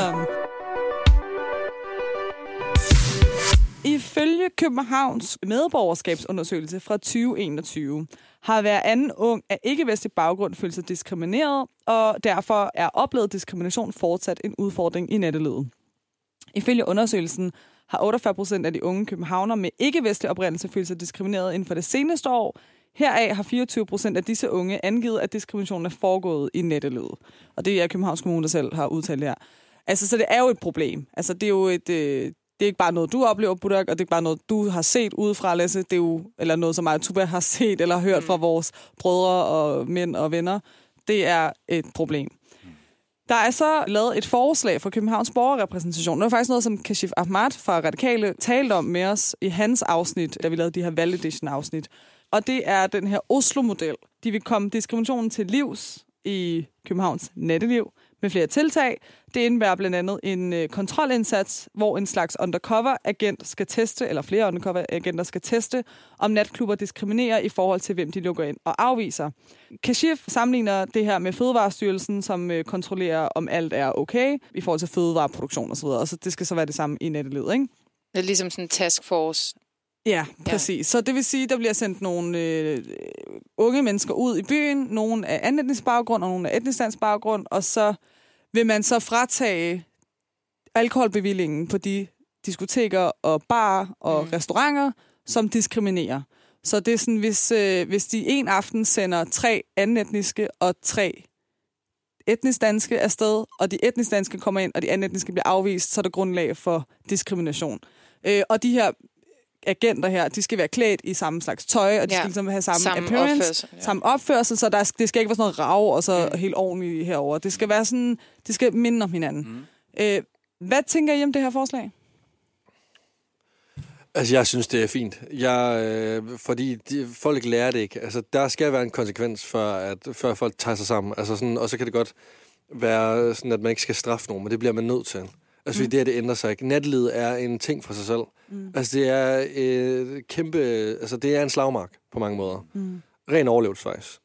Ifølge Københavns medborgerskabsundersøgelse fra 2021 har hver anden ung af ikke-vestlig baggrund følt sig diskrimineret, og derfor er oplevet diskrimination fortsat en udfordring i nattelivet. Ifølge undersøgelsen har 48% af de unge københavnere med ikke-vestlig oprindelse følt sig diskrimineret inden for det seneste år. Heraf har 24% af disse unge angivet, at diskriminationen er foregået i nattelivet. Og det er Københavns Kommune, der selv har udtalt her. Altså, så det er jo et problem. Altså, det er jo det er ikke bare noget, du oplever, Budak, og det er ikke bare noget, du har set udefra, Lasse. Det er jo eller noget, som Tuba har set eller hørt fra vores brødre og mænd og venner. Det er et problem. Der er så lavet et forslag fra Københavns borgerrepræsentation. Det var faktisk noget, som Kashif Ahmad fra Radikale talte om med os i hans afsnit, da vi lavede de her validation-afsnit. Og det er den her Oslo-model. De vil komme diskriminationen til livs i Københavns natteliv med flere tiltag. Det indebærer blandt andet en kontrolindsats, hvor en slags undercover-agent skal teste, eller flere undercover-agenter skal teste, om natklubber diskriminerer i forhold til, hvem de lukker ind og afviser. Kashif sammenligner det her med Fødevarestyrelsen, som kontrollerer, om alt er okay, i forhold til fødevareproduktion osv. Og så det skal så være det samme i nattelivet, ikke? Det er ligesom sådan en taskforce. Ja, præcis. Ja. Så det vil sige, at der bliver sendt nogle unge mennesker ud i byen, nogle af anden etnisk baggrund og nogle af etnisk dansk baggrund, og så vil man så fratage alkoholbevillingen på de diskoteker og barer og restauranter, som diskriminerer. Så det er sådan, hvis de en aften sender 3 anden etniske og 3 etnisk danske afsted, og de etnisk danske kommer ind, og de anden etniske bliver afvist, så er der grundlag for diskrimination. Og de her agenter her, de skal være klædt i samme slags tøj, og de skal ligesom have samme appearance, samme opførsel, så det skal ikke være sådan noget rav og så helt ordentligt herover. Det skal være sådan, det skal minde om hinanden. Hvad tænker I om det her forslag? Altså, jeg synes, det er fint. Fordi folk lærer det ikke. Altså, der skal være en konsekvens, før folk tager sig sammen. Altså, sådan, og så kan det godt være sådan, at man ikke skal straffe nogen, men det bliver man nødt til. Altså, fordi det ændrer sig ikke. Natlivet er en ting for sig selv. Altså, det er kæmpe... Altså, det er en slagmark på mange måder. Ren overlevelse, faktisk.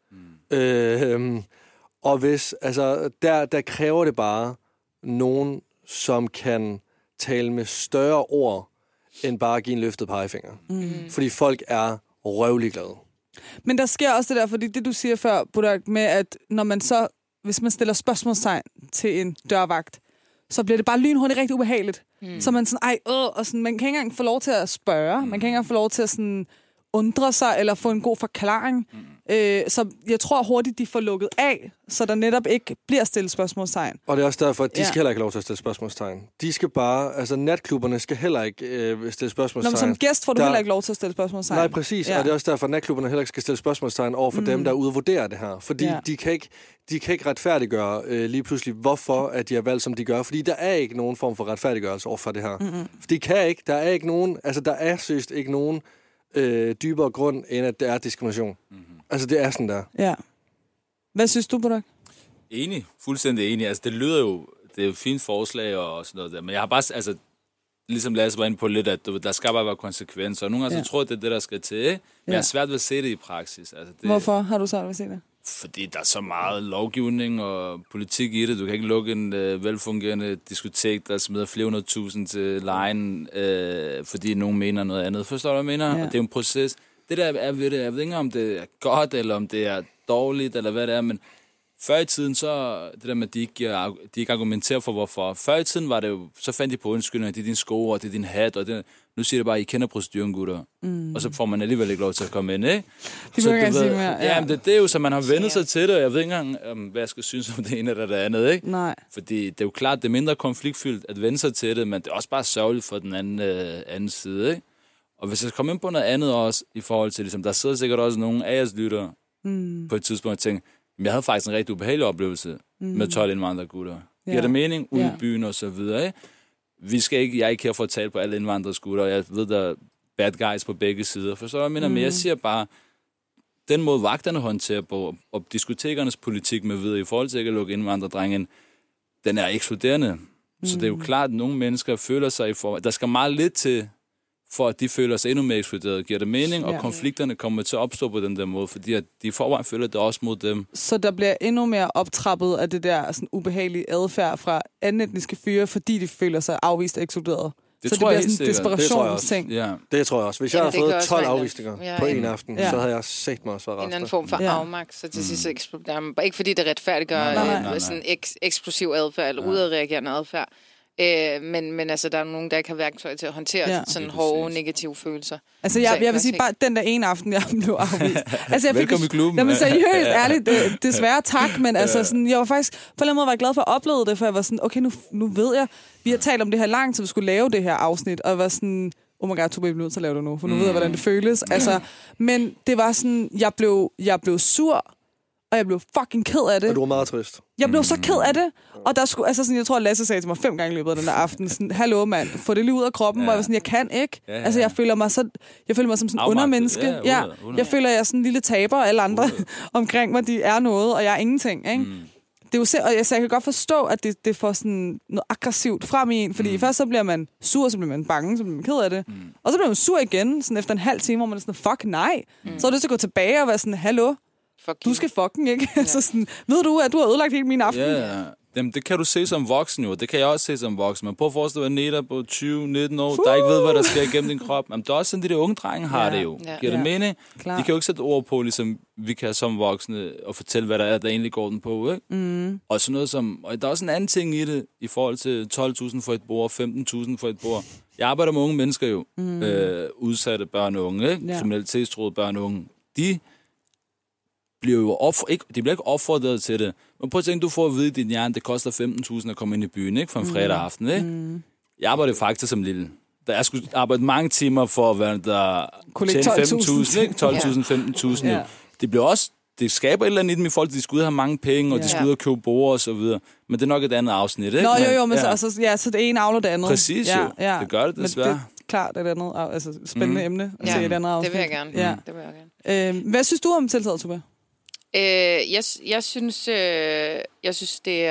Og hvis... Altså, der kræver det bare nogen, som kan tale med større ord, end bare at give en løftet pegefinger. Fordi folk er røvlig glade. Men der sker også det der, fordi det, du siger før, Budak, med at når man så... Hvis man stiller spørgsmålstegn til en dørvagt, så bliver det bare lynhurtigt rigtig ubehageligt. Så man sådan, og sådan, man kan ikke engang få lov til at spørge, man kan ikke engang få lov til at sådan undre sig, eller få en god forklaring. Så jeg tror hurtigt, de får lukket af, så der netop ikke bliver stillet spørgsmålstegn. Og det er også derfor, at de skal heller ikke have lov til at stille spørgsmålstegn. De skal bare, altså natklubberne skal heller ikke stille spørgsmålstegn. Nå, som gæst får du heller ikke lov til at stille spørgsmålstegn. Nej, præcis. Ja. Og det er også derfor, at natklubberne heller ikke skal stille spørgsmålstegn over for dem, der er ude og vurdere det her. Fordi de kan ikke retfærdiggøre lige pludselig, hvorfor at de har valgt, som de gør. Fordi der er ikke nogen form for retfærdiggørelse over for det her. For de kan ikke. Der er ikke nogen, altså der er seriøst ikke nogen dybere grund, end at det er diskrimination. Altså, det er sådan der. Ja. Hvad synes du, Burak? Enig. Fuldstændig enig. Altså, det lyder jo... Det er jo et fint forslag og sådan noget der. Men jeg har bare... Altså, ligesom Lasse var inde på lidt, at der skal bare være konsekvenser. Og nogle gange så tror jeg, det er det, der skal til. Men jeg har svært ved at se det i praksis. Altså, det, hvorfor har du svært ved at se det? Fordi der er så meget lovgivning og politik i det. Du kan ikke lukke en velfungerende diskotek, der smider flere 100.000 til lejen, fordi nogen mener noget andet. Forstår du, hvad jeg mener? Ja. Og det er jo en proces. Det der er ved det, jeg ved ikke, om det er godt, eller om det er dårligt, eller hvad det er, men før i tiden, så det der med, at de ikke argumenterer for, hvorfor. Før i tiden var det jo, så fandt de på undskyldninger, det er din sko, og det er din hat, og det, nu siger det bare, I kender proceduren, gutter. Og så får man alligevel ikke lov til at komme ind, ikke? Det vil jeg ikke sige mere. Ja, men det er jo, så man har vendt sig til det, og jeg ved ikke engang, hvad jeg skal synes om det ene eller det andet, ikke? Nej. Fordi det er jo klart, det er mindre konfliktfyldt at vende sig til det, men det er også bare sørgeligt for den anden side, ikke? Og hvis jeg kommer ind på noget andet også, i forhold til, ligesom, der sidder sikkert også nogle af jeres lyttere på et tidspunkt og tænker, jeg havde faktisk en rigtig ubehagelig oplevelse med 12 indvandrergutter. Giver det mening? Ude i byen og så videre, ikke? Jeg er ikke her for at tale på alle indvandrersgutter, og jeg ved, der er bad guys på begge sider. Forstår du, hvad jeg mener? Men jeg siger bare, den måde vagterne håndterer på, og diskotekernes politik med videre, i forhold til ikke at lukke indvandrerdrengen, den er ekskluderende. Så det er jo klart, at nogle mennesker føler sig der skal meget lidt til, for at de føler sig endnu mere ekskluderet, giver det mening, og konflikterne kommer til at opstå på den der måde, fordi at de forvejen føler det også mod dem. Så der bliver endnu mere optrappet af det der sådan ubehagelige adfærd fra anden etniske fyre, fordi de føler sig afvist og ekskluderet. Det så tror det jeg bliver sådan en desperationsting. Ja. Det tror jeg også. Hvis jeg havde fået 12 afvisninger på en aften, så havde jeg set mig også været en anden form for afmagt, så til sidst eksploderer man. Ikke fordi det retfærdiggør sådan eksplosiv adfærd, eller udadreagerende adfærd. Men altså, der er nogen, der ikke har værktøj til at håndtere sådan hårde, negative følelser. Altså, jeg vil sige, bare den der ene aften, jeg blev afvist. Altså, velkommen i klubben. Jamen, seriøst, ærligt, desværre tak, men altså, sådan, jeg var faktisk, på en eller anden måde var jeg glad for at opleve det, for jeg var sådan, okay, nu ved jeg, vi har talt om det her langt, så vi skulle lave det her afsnit, og jeg var sådan, oh my god, Tobbe, jeg bliver nødt til at lave det nu, for nu ved jeg, hvordan det føles. Altså, men det var sådan, jeg blev sur, og jeg blev fucking ked af det. Og du var meget trist. Jeg blev så ked af det, og der skulle, altså sådan, jeg tror, at Lasse sagde til mig 5 gange i løbet af den der aften, sådan, hallo mand, få det lige ud af kroppen, og jeg var sådan, jeg kan ikke. Altså, jeg føler mig som sådan undermenneske. Jeg føler, jeg er sådan en lille taber, og alle andre omkring mig, de er noget, og jeg er ingenting, ikke? Det er jo så jeg kan godt forstå, at det får sådan noget aggressivt frem i en, fordi først så bliver man sur, så bliver man bange, så bliver man ked af det, og så bliver man sur igen, sådan efter en halv time, hvor man er sådan, fuck nej. Så er det så at gå tilbage og være sådan, hallo, du skal fucking ikke. Ja. Så sådan, ved du, at du har ødelagt hele min aften? Ja. Jamen, det kan du se som voksen jo. Det kan jeg også se som voksen. Men prøv at forestille dig, Neda på 20-19 år, der ikke ved, hvad der sker igennem din krop. Jamen, det er også sådan, de unge drenge har det jo. Giver det mening? Klar. De kan jo ikke sætte ord på, ligesom vi kan som voksne, og fortælle, hvad der er, der egentlig går den på, ikke? Og sådan noget som... Og der er også en anden ting i det, i forhold til 12.000 for et bord, 15.000 for et bord. Jeg arbejder med unge mennesker jo. Udsatte børn og unge, ikke? Kriminalitetstruede børn og unge. De bliver ikke opfordret til det. Men prøv at tænke, du får at vide i din hjerne, det koster 15.000 at komme ind i byen, ikke? For en fredag aften, ikke? Jeg arbejdede faktisk som lille. Jeg skulle arbejde mange timer for at være der tjene 5.000, ikke? 12.000, 15.000. Ja. Det bliver også, det skaber et eller andet i dem i folk, de skal ud og have mange penge, og de skal ud og købe bord og så videre. Men det er nok et andet afsnit, ikke? Nå, men så det ene avler det andet. Præcis jo. Det gør det desværre. Men det er klart et andet, altså spændende emne at se et andet afsnit. Det vil jeg gerne. Ja. Det vil jeg gerne. Hvad synes du om tiltaget, Tobbe? Jeg synes det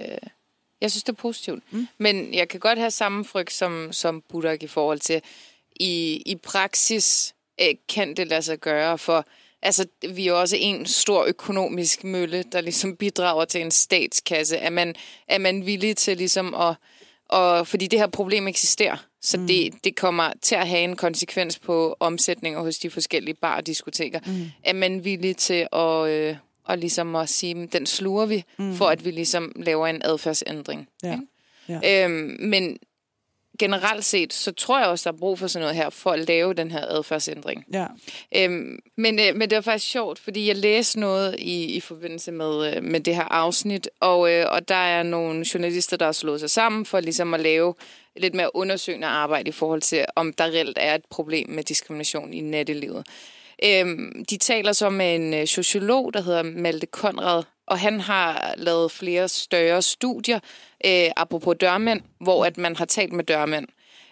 er positivt. Men jeg kan godt have samme frygt som Burak i forhold til i praksis kan det lade sig gøre, for altså vi er også en stor økonomisk mølle, der ligesom bidrager til en statskasse. Er man villig til ligesom og fordi det her problem eksisterer, så det kommer til at have en konsekvens på omsætninger hos de forskellige bar og diskoteker. Er man villig til at ligesom at sige, den sluger vi, for at vi ligesom laver en adfærdsændring. Ja. Ja. Men generelt set, så tror jeg også, der er brug for sådan noget her, for at lave den her adfærdsændring. Ja. Men det er faktisk sjovt, fordi jeg læste noget i forbindelse med det her afsnit, og der er nogle journalister, der har slået sig sammen for ligesom at lave lidt mere undersøgende arbejde i forhold til, om der reelt er et problem med diskrimination i nattelivet. De taler så med en sociolog, der hedder Malte Conrad, og han har lavet flere større studier, apropos dørmænd, hvor at man har talt med dørmænd.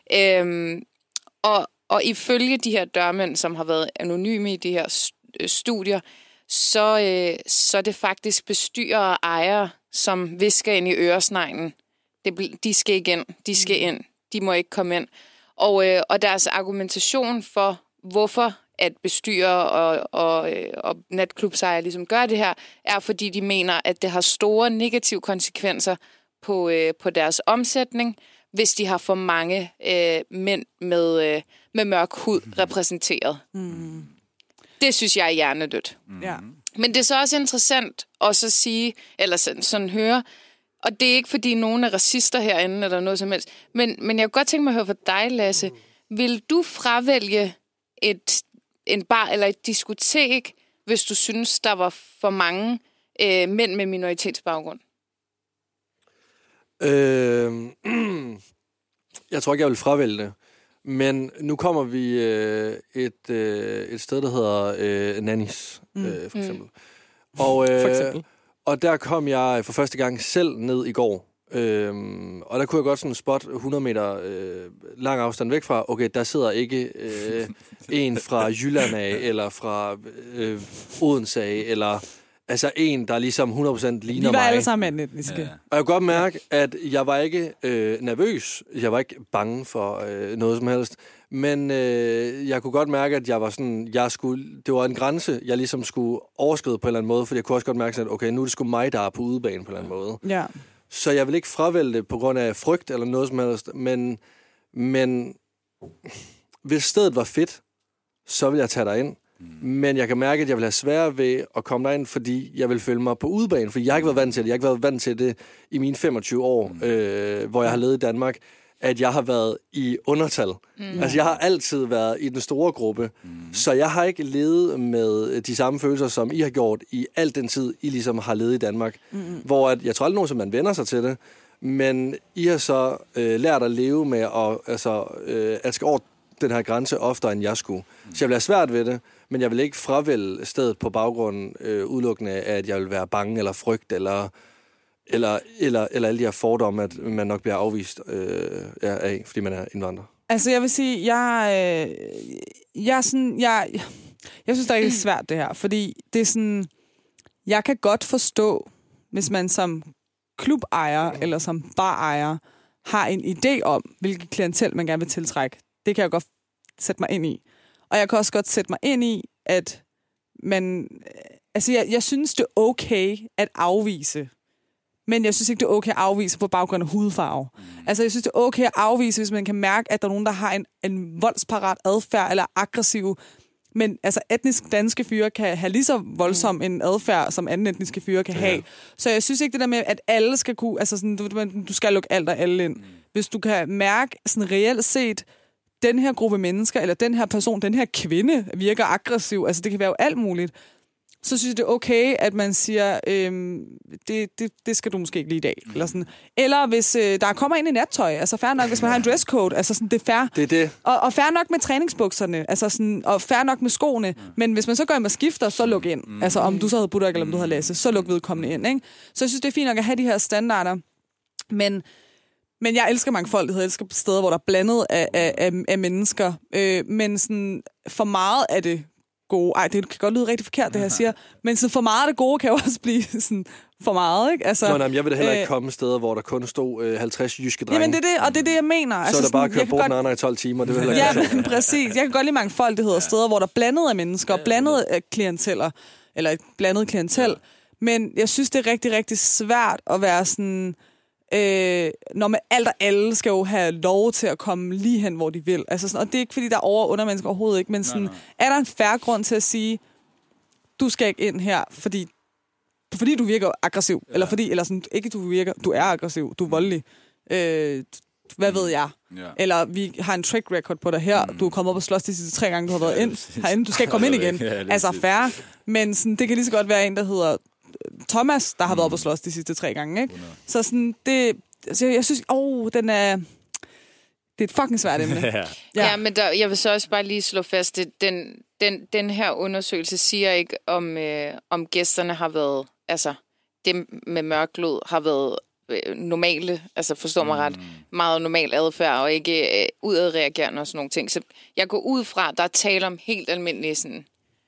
Og ifølge de her dørmænd, som har været anonyme i de her studier, så er det faktisk bestyrere og ejere, som visker ind i øresneglen. De skal ikke ind, de skal ind, de må ikke komme ind. Og deres argumentation for, hvorfor at bestyrere og natklubsejere ligesom gør det her, er fordi de mener, at det har store negative konsekvenser på deres omsætning, hvis de har for mange mænd med mørk hud repræsenteret. Mm. Det synes jeg er hjernedødt. Ja. Men det er så også interessant også at sige, eller sådan høre, og det er ikke fordi nogen er racister herinde, eller noget som helst, men jeg kunne godt tænke mig at høre fra dig, Lasse. Vil du fravælge en bar eller et diskotek, hvis du synes, der var for mange mænd med minoritetsbaggrund? Jeg tror ikke, jeg vil fravælge det. Men nu kommer vi et sted, der hedder Nannies, for eksempel. Og der kom jeg for første gang selv ned i går. Og der kunne jeg godt sådan spot 100 meter lang afstand væk fra, okay, der sidder ikke en fra Jylland af, eller fra Odense af, eller altså en, der ligesom 100% ligner mig. Vi var alle sammen etniske. Ja. Og jeg kunne godt mærke, at jeg var ikke nervøs. Jeg var ikke bange for noget som helst. Men jeg kunne godt mærke, at jeg var sådan, det var en grænse, jeg ligesom skulle overskride på en eller anden måde, fordi jeg kunne også godt mærke, at okay, nu er det sgu mig, der er på udebane på en eller anden måde. Ja. Så jeg vil ikke fravælge det på grund af frygt eller noget som helst, men hvis stedet var fedt, så vil jeg tage dig ind. Men jeg kan mærke, at jeg vil have svært ved at komme derind, fordi jeg vil føle mig på udebane, fordi jeg har ikke været vant til det. Jeg har ikke været vant til det i mine 25 år, hvor jeg har levet i Danmark, at jeg har været i undertal. Altså, jeg har altid været i den store gruppe, så jeg har ikke levet med de samme følelser, som I har gjort i al den tid, I ligesom har levet i Danmark. Hvor jeg tror aldrig nogen, som man vender sig til det, men I har så lært at leve med at skal over den her grænse oftere, end jeg skulle. Så jeg vil have svært ved det, men jeg vil ikke fravælge stedet på baggrunden udelukkende af, at jeg vil være bange eller frygt, eller alle de her fordomme, at man nok bliver afvist af, fordi man er indvandrer. Altså, jeg vil sige, jeg synes, det er rigtig svært, det her. Fordi det er sådan, jeg kan godt forstå, hvis man som klubejer eller som barejer har en idé om, hvilket klientel man gerne vil tiltrække. Det kan jeg godt sætte mig ind i. Og jeg kan også godt sætte mig ind i, at man... Altså, jeg synes, det er okay at afvise. Men jeg synes ikke, det er okay at afvise på baggrund af hudfarve. Altså, jeg synes, det er okay at afvise, hvis man kan mærke, at der er nogen, der har en voldsparat adfærd eller aggressiv. Men altså, etnisk danske fyre kan have lige så voldsom en adfærd, som anden etniske fyre kan have. Så jeg synes ikke det der med, at alle skal kunne... Altså, sådan, du skal lukke alt og alle ind. Hvis du kan mærke sådan reelt set, den her gruppe mennesker, eller den her person, den her kvinde virker aggressiv, altså det kan være jo alt muligt, så synes jeg, det er okay, at man siger, det skal du måske ikke lige i dag. Eller hvis der kommer ind i nattøj, altså fair nok, hvis man har en dresscode, altså sådan, det er fair. Det er det. Og fair nok med træningsbukserne, altså sådan, og fair nok med skoene, men hvis man så går ind og skifter, så luk ind. Altså om du så havde Budak, eller om du havde Lasse, så luk vedkommende ind, ikke? Så jeg synes, det er fint nok at have de her standarder, men jeg elsker mangfoldighed, jeg elsker steder, hvor der er blandet af mennesker, men sådan, for meget af det gode, det kan godt lyde rigtig forkert, det her siger, men sådan, for meget af det gode kan jo også blive sådan, for meget, ikke? Altså, Nå, jeg vil da heller ikke komme steder, hvor der kun stod 50 jyske drenge. Jamen det er det, og det er det, jeg mener. Så altså, er der bare kørt bort andre i 12 timer, det vil heller ikke. Ja, men præcis. Jeg kan godt lide mangfoldighed og steder, hvor der er blandet af mennesker, blandet af klienteller, eller et blandet klientel, men jeg synes, det er rigtig, rigtig svært at være sådan... når man alt og alle skal jo have lov til at komme lige hen, hvor de vil. Altså sådan, og det er ikke, fordi der er over- og undermennesker overhovedet ikke, men sådan, er der en fair grund til at sige, du skal ikke ind her, fordi du virker aggressiv, eller fordi, eller sådan, ikke du virker, du er aggressiv, du er voldelig. Hvad ved jeg? Ja. Eller vi har en track record på dig her. Du er kommet op og slås de sidste 3 gange, du har været ind herinde. Du skal ikke komme ind igen. Altså fair. Men sådan, det kan lige så godt være en, der hedder Thomas, der har været op og slås de sidste 3 gange. Ikke? Så sådan, så jeg synes, det er et fucking svært emne. Ja, men jeg vil så også bare lige slå fast, at den her undersøgelse siger ikke, om gæsterne har været, altså dem med mørklød har været normale, altså forstår mig ret, meget normal adfærd, og ikke udadreagerende og sådan nogle ting. Så jeg går ud fra, der er tale om helt almindelige sådan...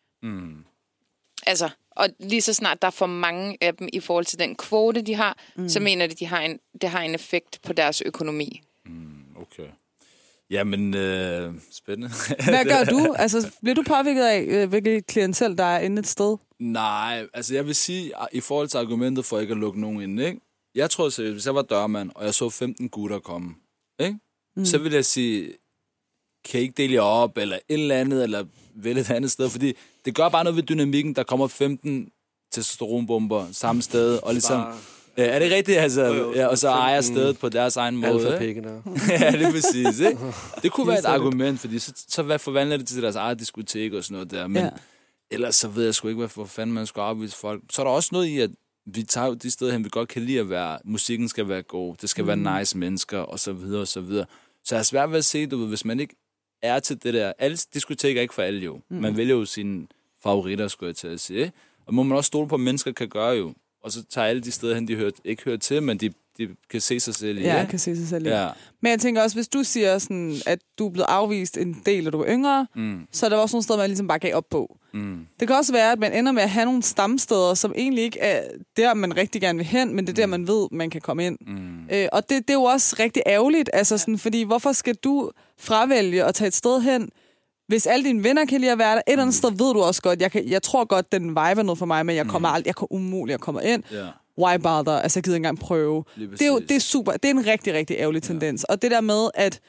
Altså, og lige så snart der er for mange af dem i forhold til den kvote, de har, så mener de har en effekt på deres økonomi. Okay. Jamen, spændende. Hvad gør du? Altså, bliver du påvirket af, hvilket klientel, der er inde et sted? Nej, altså jeg vil sige, i forhold til argumentet for ikke at lukke nogen ind, ikke? Jeg tror seriøst, hvis jeg var dørmand, og jeg så 15 gutter komme, ikke? Så ville jeg sige, kan I ikke dele jer op, eller et eller andet, eller vælge et andet sted, fordi det gør bare noget ved dynamikken, der kommer 15 testosteronbomber samme sted, og ligesom... Er det rigtigt, altså? Ja, og så ejer stedet på deres egen måde. Alfa-pikken der. Ja, det er præcis, ikke? Det kunne være et argument, fordi så forvandler det til deres eget diskotek og sådan noget der, men ellers så ved jeg sgu ikke, hvor fanden man skal afvise folk. Så er der også noget i, at vi tager de steder hen, vi godt kan lide at være, musikken skal være god, det skal være nice mennesker, og så videre, og så videre. Så jeg er svært ved at se, du ved, hvis man ikke er til det der, alle diskoteker er ikke for alle jo. Man vælger jo sine favoritter, skulle jeg til at sige, og må man også stole på, at mennesker kan gøre jo. Og så tager alle de steder hen, de ikke hører til, men de kan se sig selv i. Ja, kan se sig selv i. Ja. Men jeg tænker også, hvis du siger, sådan, at du er blevet afvist en del, og du var yngre, så er der også nogle steder, man ligesom bare gav op på. Det kan også være, at man ender med at have nogle stamsteder, som egentlig ikke er der, man rigtig gerne vil hen, men det er der, man ved, man kan komme ind. Og det er jo også rigtig ærgerligt, altså sådan, fordi hvorfor skal du fravælge at tage et sted hen, hvis alle dine venner kan lide at være der, et eller andet sted ved du også godt, jeg tror godt, den vibe er noget for mig, men jeg kommer umuligt at komme ind. Why bother? Altså, jeg gider ikke engang prøve. Det er super. Det er en rigtig, rigtig ærgerlig tendens. Og det der med,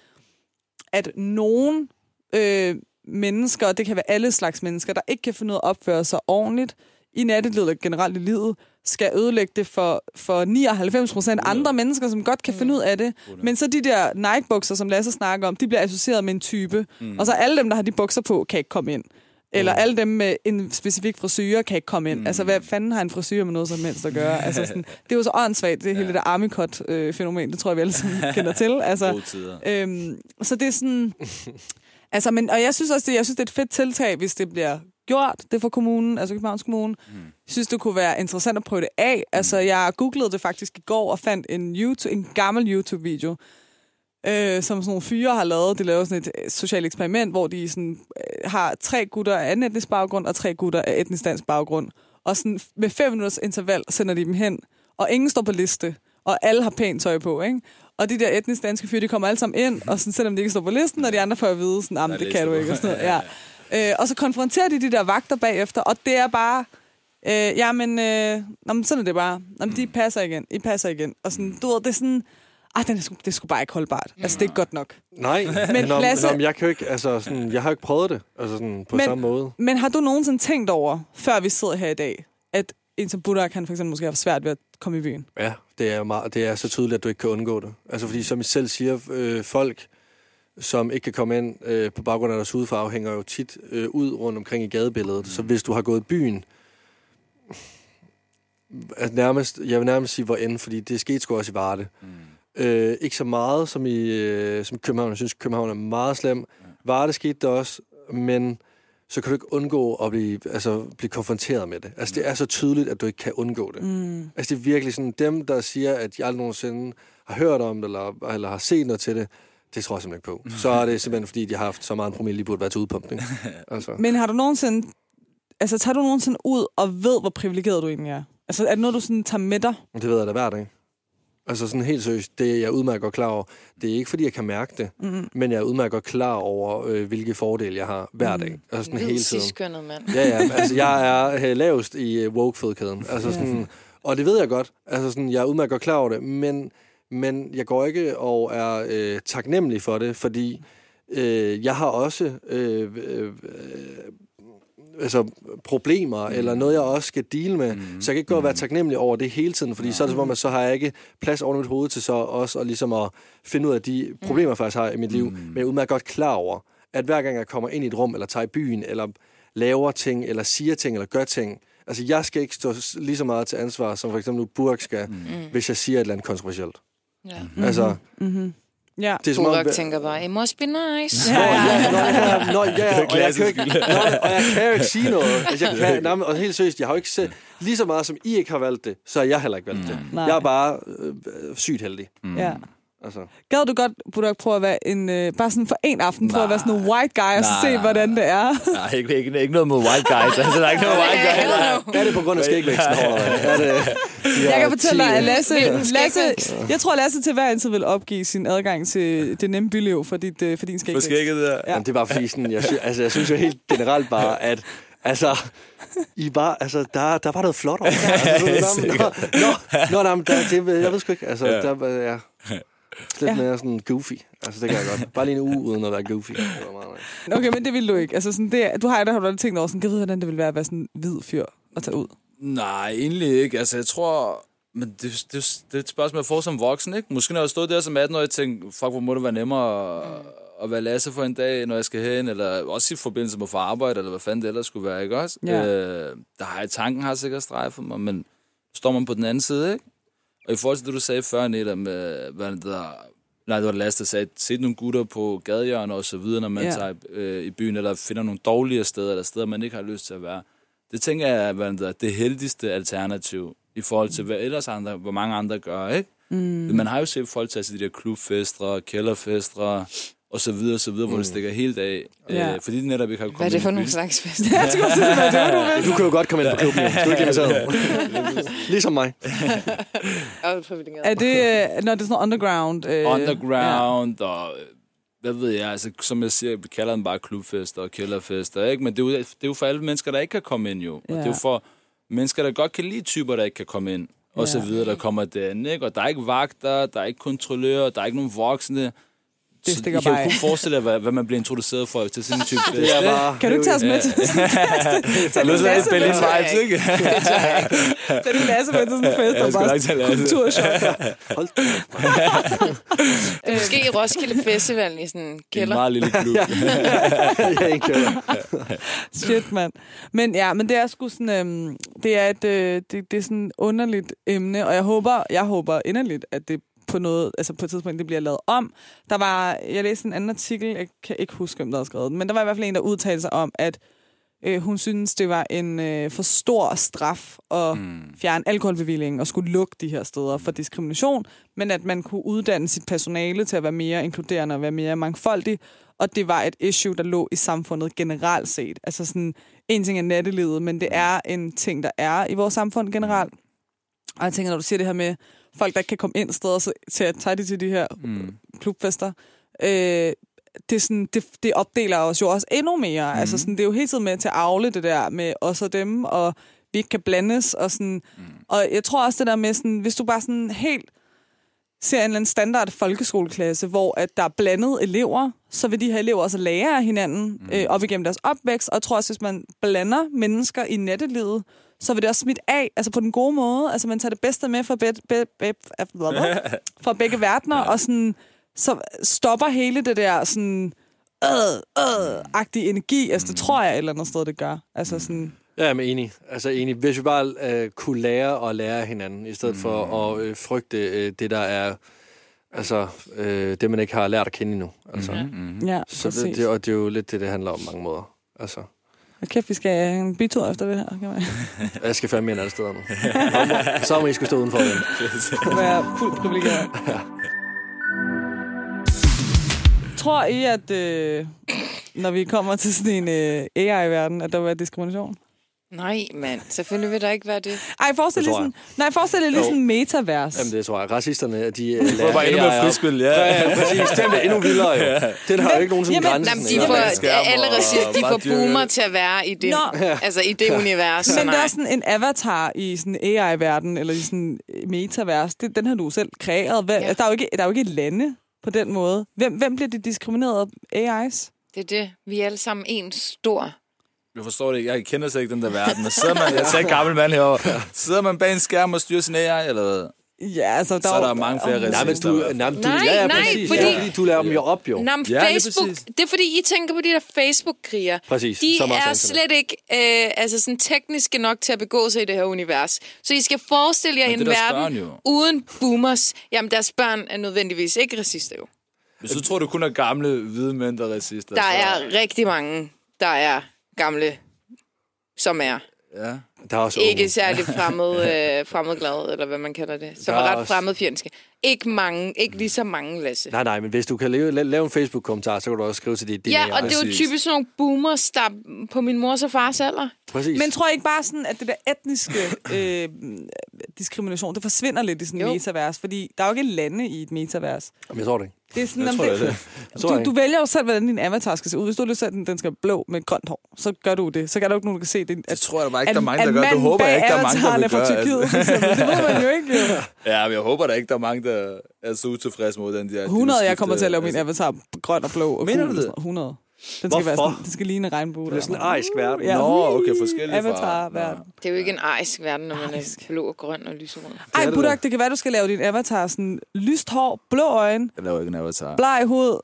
at nogen mennesker, det kan være alle slags mennesker, der ikke kan finde ud af at opføre sig ordentligt i nattelivet og generelt i livet, skal ødelægge det for 99% andre mennesker, som godt kan finde ud af det. Men så de der Nike-bukser, som Lasse snakker om, de bliver associeret med en type. Og så alle dem, der har de bukser på, kan ikke komme ind. Eller alle dem med en specifik frisyre kan ikke komme ind. Altså, hvad fanden har en frisyre med noget som helst at gøre? Altså, sådan, det er jo så åndssvagt, det hele det der Army-cut-fænomen, det tror jeg, vi alle sammen kender til. Altså, så det er sådan... Altså, og jeg synes også, det er et fedt tiltag, hvis det bliver gjort, det for kommunen, altså Københavns Kommune. Jeg synes, det kunne være interessant at prøve det af. Altså, jeg googlede det faktisk i går og fandt en gammel YouTube-video, som sådan nogle fyre har lavet. De laver sådan et socialt eksperiment, hvor de sådan, har 3 gutter af anden etnisk baggrund og 3 gutter af etnisk dansk baggrund. Og sådan, med 5 minutters interval sender de dem hen, og ingen står på liste, og alle har pænt tøj på, ikke? Og de der etnisk danske fyre, de kommer alle sammen ind, og sådan, selvom de ikke står på listen, og de andre får at vide, sådan, det kan du ikke, og sådan noget. Ja. Og så konfronterer de der vagter bagefter, og det er bare, sådan er det bare. De passer igen, I passer igen. Og sådan, du ved, det er sådan, det er sgu bare ikke holdbart. Altså, det er godt nok. Nej, men jeg kan jo ikke, altså sådan, jeg har jo ikke prøvet det, altså sådan, på samme måde. Men har du nogensinde tænkt over, før vi sidder her i dag, at en som Budak kan for eksempel måske have svært ved at komme i byen? Ja, det er så tydeligt, at du ikke kan undgå det. Altså, fordi som I selv siger, folk, som ikke kan komme ind på baggrund af deres hudfarve, hænger jo tit ud rundt omkring i gadebilledet. Så hvis du har gået i byen, jeg vil nærmest sige, hvor end, fordi det skete sgu også i Varde. Ikke så meget som som København. Jeg synes, København er meget slem. Varde skete det også, men så kan du ikke undgå at blive konfronteret med det. Altså, det er så tydeligt, at du ikke kan undgå det. Altså, det er virkelig sådan, dem, der siger, at de aldrig nogensinde har hørt om det, eller har set noget til det, det tror jeg simpelthen ikke på. Så er det simpelthen, fordi de har haft så meget en promille, de burde være til udpumpning. Altså. Men har du nogensinde, tager du nogensinde ud og ved, hvor privilegeret du egentlig er? Altså, er det noget, du sådan tager med dig? Det ved jeg da hver dag. Altså sådan helt seriøst, det er jeg udmærket godt klar over. Det er ikke, fordi jeg kan mærke det, men jeg er udmærket godt klar over, hvilke fordele jeg har hver dag. Altså sådan hele tiden. Cis-kønnet, mand. Ja, altså jeg er lavest i woke-fødekæden. Altså sådan, og det ved jeg godt. Altså sådan, jeg er udmærket godt klar over det, men jeg går ikke og er taknemmelig for det, fordi jeg har også problemer, eller noget, jeg også skal deale med. Så jeg kan ikke gå og være taknemmelig over det hele tiden, fordi så er det som om, at så har jeg ikke plads over mit hoved til så også og ligesom at finde ud af de problemer, jeg faktisk har i mit liv. Men jeg er udmærket godt klar over, at hver gang jeg kommer ind i et rum, eller tager i byen, eller laver ting, eller siger ting, eller gør ting, altså jeg skal ikke stå lige så meget til ansvar, som for eksempel Burak skal, hvis jeg siger et eller andet kontroversielt. Ja. Altså... Ja. Burak tænker bare, it must be nice. Og jeg kan jo ikke sige noget. Altså, og helt seriøst, jeg har jo ikke set, lige så meget som I ikke har valgt det, så har jeg heller ikke valgt det. Jeg er bare sygt heldig. Ja. Altså. Gad du godt, Burak, prøve at være bare sådan for en aften, prøve at være sådan en white guy, og så se, hvordan det er? Nej, ikke noget mod white guys. Altså, der er ikke noget white guys. Er det på grund af skægvæksten? Jeg kan fortælle dig, at Lasse, jeg tror, Lasse til hver tid vil opgive sin adgang til det nemme byliv for din skægvækst. For skægget der. Ja. Jamen, det er bare fordi, sådan, jeg synes jo helt generelt bare, at altså, der var noget flot over. Jeg ved sgu ikke. Altså, der lidt mere sådan goofy. Altså, det kan jeg godt. Bare lige en uge uden at være goofy. Det var meget nice. Okay, men det vil du ikke. Altså, sådan, du har tænkt over sådan, jeg ved, hvordan det vil være at være sådan en hvid fyr at tage ud. Nej, egentlig ikke. Altså, jeg tror... Men det er et spørgsmål, jeg får som voksen, ikke? Måske når jeg stod der som 18 år, jeg tænkte, fuck, hvor må det være nemmere at være Lasse for en dag, når jeg skal hen, eller også i forbindelse med for arbejde, eller hvad fanden det ellers skulle være, ikke også? Ja. Der har jeg tanken har sikkert strejfet mig, men står man på den anden side, ikke? Og i forhold til det, du sagde før, Neda, med, hvad det der... Nej, det var Lasse, der sagde, set nogle gutter på gadehjørner og så videre, når man tager i byen, eller finder nogle dårligere steder, eller steder, man ikke har lyst til at være. Det tænker jeg er det heldigste alternativ, i forhold til, hvor mange andre gør, ikke? Man har jo set folk tage til de der klubfester, kælderfester, og så videre, hvor det stikker helt af. Fordi det netop ikke har kommet. Hvad er det for nogle slags fester? Du kan jo godt komme ind på klubben, jo. Du er ikke inviteret. Ligesom mig. Er det, når det er sådan underground? Underground, og hvad ved jeg, altså, som jeg siger, vi kalder den bare klubfester og kælderfester, ikke? Men det er jo for alle mennesker, der ikke kan komme ind, jo. Og det er jo for mennesker, der godt kan lide typer, der ikke kan komme ind, og så videre, der kommer derinde, ikke? Og der er ikke vagter, der er ikke kontrollører, der er ikke nogen voksne. Så I kan jo kun forestille jer, hvad man bliver introduceret for til sådan en type fest. Kan du ikke tage os med til sådan en fest? Det er sådan en Berlin vibes, ikke? Det tager jeg ikke. Så du Lasse med til sådan en fest, og bare kulturshop. Hold det er måske i Roskilde Festival i sådan en kælder. En meget lille klub. Jeg er en kælder. Shit, mand. Men det er sgu sådan, det er sådan et underligt emne, og jeg håber inderligt, at det på noget, altså på et tidspunkt, det bliver lavet om. Jeg læste en anden artikel, jeg kan ikke huske, hvem der havde skrevet den, men der var i hvert fald en, der udtalte sig om, at hun synes, det var en for stor straf at fjerne alkoholbevillingen og skulle lukke de her steder for diskrimination, men at man kunne uddanne sit personale til at være mere inkluderende og være mere mangfoldig, og det var et issue, der lå i samfundet generelt set. Altså sådan, en ting er nattelivet, men det er en ting, der er i vores samfund generelt. Og jeg tænker, når du siger det her med folk, der ikke kan komme ind steder, så tager de til de her klubfester. Det opdeler os jo også endnu mere. Altså sådan, det er jo hele tiden med til at afle det der med os og dem, og vi ikke kan blandes. Og, sådan, og jeg tror også det der med, sådan, hvis du bare sådan helt ser en eller anden standard folkeskoleklasse, hvor at der er blandede elever, så vil de her elever også lære af hinanden op igennem deres opvækst. Og jeg tror også, hvis man blander mennesker i nattelivet, så vil det også smitte af, altså på den gode måde. Altså man tager det bedste med fra begge verdener, og sådan, så stopper hele det der sådan agtige energi. Altså det tror jeg et eller andet sted, det gør. Altså sådan... Ja, men enig. Altså enig. Hvis vi bare kunne lære at lære af hinanden, i stedet for at frygte det, der er altså det, man ikke har lært at kende endnu. Altså. Ja, så det er jo lidt det handler om mange måder. Altså. Kæft, vi skal have en bytur efter det her. Kan man? Jeg skal fandme ind alle steder nu. Så må I skulle stå udenfor igen. Det er fuldt privilegeret. Ja. Tror I, at når vi kommer til sådan en AI-verden, at der vil være diskrimination? Nej, mand. Selvfølgelig vil der ikke være det. Ej, forestil dig lige sådan en metavers. Jamen, det tror jeg. Racisterne, de lærer bare endnu mere frispil, ja. Præcis. Den er endnu vildere, jo. Den har jo ikke nogen sådan grænse. Alle racister, de får boomer til at være i det, altså i det univers. Men der er sådan en avatar i sådan en AI-verden, eller i sådan en metavers. Den har du selv kreeret. Der er jo ikke lande på den måde. Hvem bliver de diskrimineret af AI's? Det er det. Vi er alle sammen en stor Jeg forstår det ikke. Jeg kender sig ikke den der verden. Og sidder man, jeg ser en gammel mand herovre. Sidder man bag en skærm og styrer sin AI, eller hvad? Ja, altså, så er der mange flere racister. Nej, fordi du laver dem jo op, jo. Nej, Facebook, det er fordi, I tænker på de der Facebook-krigere. Præcis. De er slet ikke sådan tekniske nok til at begå sig i det her univers. Så I skal forestille jer en verden uden boomers. Jamen, deres børn er nødvendigvis ikke racister, jo. Hvis du tror, du kun er gamle, hvide mænd, der er racister. Der er rigtig mange, der er gamle, som er... Ja. Der er også ikke særlig fremmedglade, eller hvad man kalder det. Som er ret fremmedfjendske. Ikke mange, ikke lige så mange, Lasse. Nej, men hvis du kan lave en Facebook-kommentar, så kan du også skrive til dit DNA. Ja, og det er jo typisk sådan nogle boomers, der på min mors og fars alder. Præcis. Men tror jeg ikke bare sådan, at det der etniske diskrimination, det forsvinder lidt i sådan et metavers? Fordi der er jo ikke lande i et metavers. Jamen, jeg tror det ikke. Det er sådan, du vælger jo selv, hvordan din avatar skal se ud. Hvis du har lyst til, at den skal blå med grønt hår, så gør du det. Så kan der jo ikke nogen, der kan se det. Det tror jeg bare ikke, der er mange, der gør. Det håber jeg ikke, der er mange, der vil gøre. Tyrkiet, det ved man jo ikke. Jo. Ja, men jeg håber der ikke, der er mange, der er så utilfredse med den der. 100, jeg kommer til at lave min avatar grøn og blå. Og mener du det? 100. Den skal være sådan, det skal ligne en regnbue. Det er sådan en arisk verden. Ja. Nå, okay, forskellige avatar-verden. Det er jo ikke en arisk verden, når man er blå og grøn og lyserød. Ej, Budak, det kan være, du skal lave din avatar sådan lyst hår, blå øjne. Jeg laver ikke en avatar. Bleg hoved.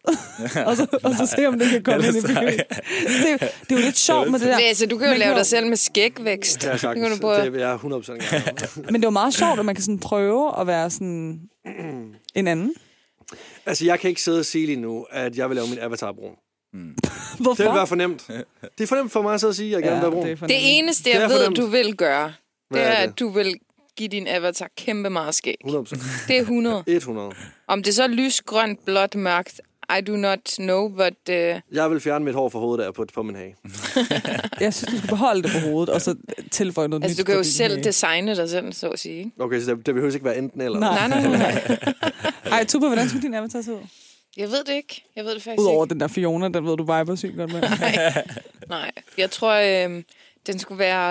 og så se, om det kan komme ind i byen. Det er jo lidt sjovt med det der. Læse, du kan jo lave dig selv med skægvækst. Ja, sagtens. Det er 100% Men det er jo meget sjovt, at man kan sådan prøve at være sådan en anden. Altså, jeg kan ikke sidde og sige lige nu, at jeg vil lave min avatar brun. Hvorfor? Det vil være fornemt. Det er fornemt for mig at sidde og sige, at jeg gerne vil være brun. Det eneste, jeg ved, du vil gøre, det er, at du vil give din avatar kæmpe meget skæg. 100%. Det er 100. 100. Om det så er lys, grønt, blåt, mørkt, I do not know, but... Jeg vil fjerne mit hår fra hovedet der på min hage. Jeg synes, du skal beholde det på hovedet, og så tilføje noget nyt. Altså, du kan jo selv designe dig selv, så at sige, ikke? Okay, så det behøver ikke være enten eller. Nej. Ej, Tuba, hvordan skulle din avatar se ud? Jeg ved det ikke. Jeg ved det faktisk Udover ikke. den der Fiona, den ved du viber sygt godt med. Nej. Jeg tror, den skulle være...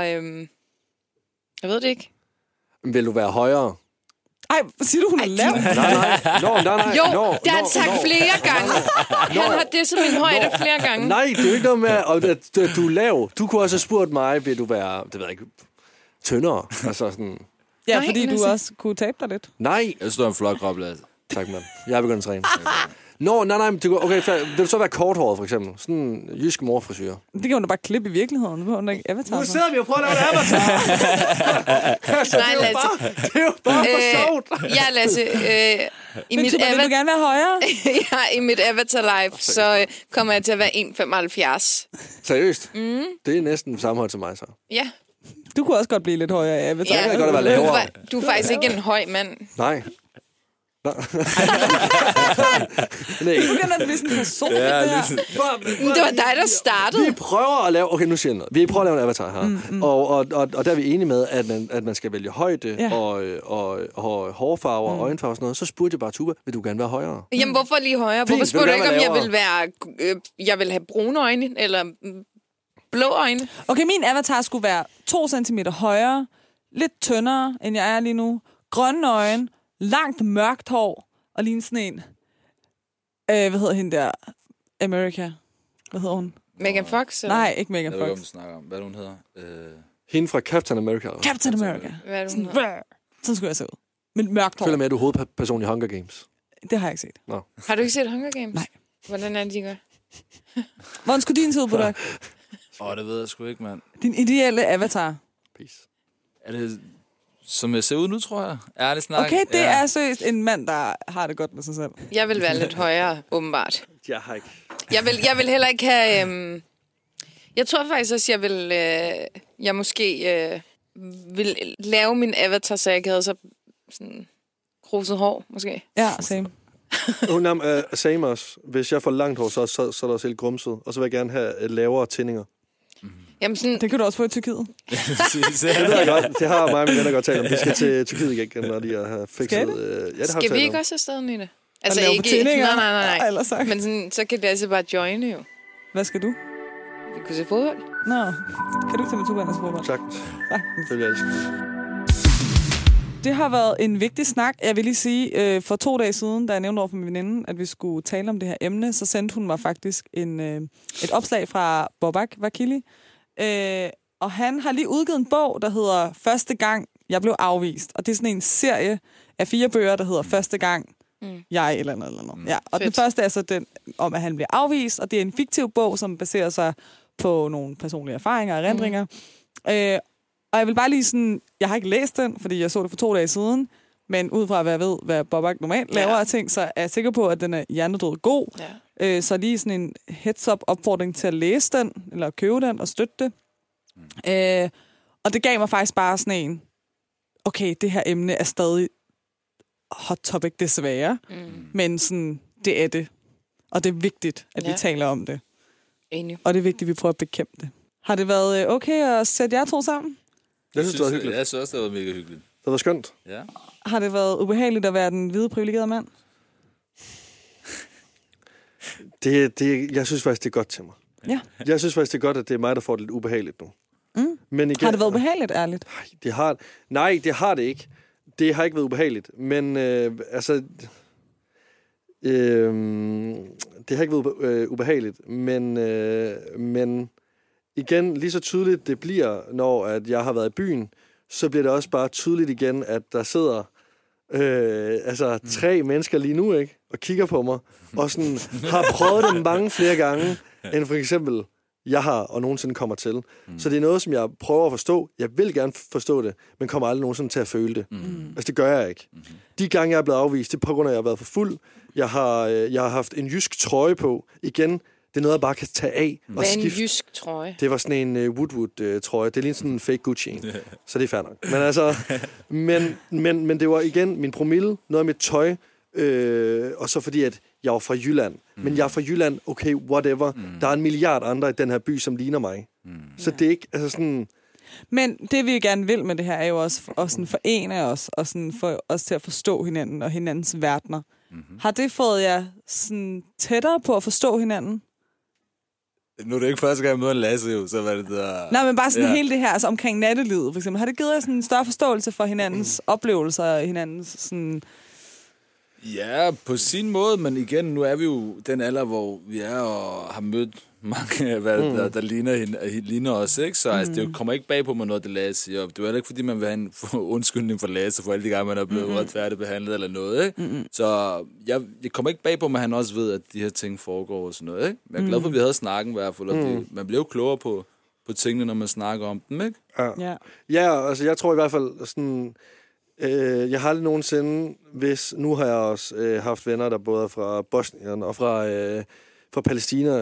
jeg ved det ikke. Vil du være højere? Ej, siger du, hun er lav? Nej. Jo, det har han sagt flere gange. Han har det som en højde flere gange. Nej, det er ikke noget med, at du er lav. Du kunne også have spurgt mig, vil du være, det ved jeg ikke, tyndere? Altså sådan... Ja, fordi du også kunne tabe dig lidt. Nej. Jeg står en flot krop, Lasse. Tak, mand. Jeg er begyndt at træne. Nej. Okay, vil du så være korthåret, for eksempel? Sådan en jysk morfrisyre. Det kan hun da bare klippe i virkeligheden. Det behøver hun ikke avatar. Nu sidder vi og prøver at lave en avatar. Altså, Nej, Lasse. Det er jo bare for sjovt. Ja, Lasse. Vil du gerne være højere? Ja, i mit avatar life, så kommer jeg til at være 1,75. Seriøst? Det er næsten samme højde som mig, så. Ja. Du kunne også godt blive lidt højere i avatar. Ja, jeg kan godt være lavere. Du er faktisk ikke en høj mand. Nej. Du begynder at blive sådan en person. Ja, det var dig, der startede. Vi prøver at lave... Okay, nu siger jeg noget. Vi prøver at lave en avatar her. Og der er vi enige med, at man skal vælge højde og hårfarver og øjenfarver og sådan noget. Så spurgte jeg bare Tuba, vil du gerne være højere? Jamen, hvorfor lige højere? Hvorfor spurgte du ikke, om jeg vil have brune øjne eller blå øjne? Okay, min avatar skulle være 2 centimeter højere, lidt tyndere, end jeg er lige nu, grønne øjne, langt mørkt hår, og ligne sådan en... hvad hedder hende der? America. Hvad hedder hun? Megan Fox? Eller? Nej, ikke Megan Fox. Jeg ved ikke, om du snakker om. Hvad hun hedder? Hende fra Captain America. Captain America. Hvad er det, hun hedder? Sådan skulle jeg se ud. Med mørkt hår. Føler med, at du er hovedperson i Hunger Games. Det har jeg ikke set. Nå. Har du ikke set Hunger Games? Nej. Hvordan er det, de gør? Hvordan skulle din se ud, Budak? Det ved jeg sgu ikke, mand. Din ideelle avatar. Peace. Er det, som jeg ser ud nu, tror jeg? Ærligt snak. Okay, det er seriøst en mand, der har det godt med sig selv. Jeg vil være lidt højere, åbenbart. Jeg har ikke. Jeg vil heller ikke have... jeg tror faktisk også, jeg vil... jeg måske vil lave min avatar, så jeg ikke havde så sådan kruset hår, måske. Ja, same. Same også. Hvis jeg får langt hår, så er der også helt grumset. Og så vil jeg gerne have lavere tændinger. Jamen sådan... Det kan du også få i Tyrkiet. Det ved jeg godt. Det har mig og min venner godt talt om. Vi skal til Tyrkiet igen, når de har fikset... Skal vi ikke også afsted i det? Altså ikke... Nej. Men sådan, så kan det altså bare joine jo. Hvad skal du? Vi kunne se fodbold. Nå. Kan du ikke tage med Tuba og se fodbold? Sagtens. Det vil jeg elske. Det har været en vigtig snak. Jeg vil lige sige, for 2 dage siden, da jeg nævnte over for min veninde, at vi skulle tale om det her emne, så sendte hun mig faktisk et opslag fra Bobak Vakili, Og han har lige udgivet en bog, der hedder Første gang, jeg blev afvist. Og det er sådan en serie af 4 bøger, der hedder Første gang, jeg eller noget. Ja, og den første er så den om, at han bliver afvist, og det er en fiktiv bog, som baserer sig på nogle personlige erfaringer og erindringer. Og jeg vil bare lige sådan, jeg har ikke læst den, fordi jeg så det for 2 dage siden, men ud fra hvad jeg ved, hvad Bobak normalt laver af ting, så er jeg sikker på, at den er hjernedød god. Ja. Så lige sådan en heads-up opfordring til at læse den, eller købe den og støtte det. Og det gav mig faktisk bare sådan en, okay, det her emne er stadig hot topic, desværre. Men sådan, det er det. Og det er vigtigt, at vi taler om det. Enig. Og det er vigtigt, at vi prøver at bekæmpe det. Har det været okay at sætte jer 2 sammen? Jeg synes, det var hyggeligt. Jeg synes også, det var mega hyggeligt. Det var skønt. Ja. Har det været ubehageligt at være den hvide privilegerede mand? Jeg synes faktisk, det er godt til mig. Ja. Jeg synes faktisk, det er godt, at det er mig, der får det lidt ubehageligt nu. Men igen, har det været ubehageligt, ærligt? Nej, det har det ikke. Det har ikke været ubehageligt. Men det har ikke været ubehageligt. Men igen, lige så tydeligt det bliver, når at jeg har været i byen, så bliver det også bare tydeligt igen, at der sidder 3 mennesker lige nu, ikke, og kigger på mig, og sådan har prøvet det mange flere gange, end for eksempel jeg har og nogensinde kommer til. Så det er noget, som jeg prøver at forstå. Jeg vil gerne forstå det, men kommer aldrig nogensinde til at føle det. Altså, det gør jeg ikke. De gange, jeg er blevet afvist, det er på grund af, at jeg har været for fuld. Jeg har haft en jysk trøje på. Igen, det er noget, jeg bare kan tage af og skifte. Hvad er en jysk trøje? Det var sådan en Woodwood-trøje. Det er lige sådan en fake Gucci. Så det er fair nok. Men altså, men det var igen min promille, noget af mit tøj, og så fordi, at jeg var fra Jylland. Men jeg er fra Jylland, okay, whatever. Der er 1 milliard andre i den her by, som ligner mig. Så det er ikke, altså sådan... Men det, vi gerne vil med det her, er jo også at sådan forene os, og sådan få os til at forstå hinanden og hinandens verdener. Har det fået jer sådan tættere på at forstå hinanden? Nu er det ikke første gang, jeg møder Lasse, jo, så hvad det der... Nej, men bare sådan hele det her, altså omkring nattelivet, for eksempel. Har det givet jer sådan en større forståelse for hinandens oplevelser og hinandens sådan... Ja, på sin måde, men igen, nu er vi jo den alder, hvor vi er og har mødt mange, der ligner os, ikke? Så altså, det kommer ikke bag på mig noget, det Lasse siger. Det er heller ikke, fordi man vil have en undskyldning for Lasse, for alle de gange, man er blevet uretfærdigt behandlet eller noget, ikke? Så jeg kommer ikke bag på mig, at han også ved, at de her ting foregår og sådan noget, ikke? Men jeg er glad for, at vi havde snakken i hvert fald, og man bliver jo klogere på tingene, når man snakker om dem, ikke? Ja, altså jeg tror i hvert fald sådan... Jeg har aldrig nogensinde, hvis nu har jeg også haft venner, der både er fra Bosnien og fra Palæstina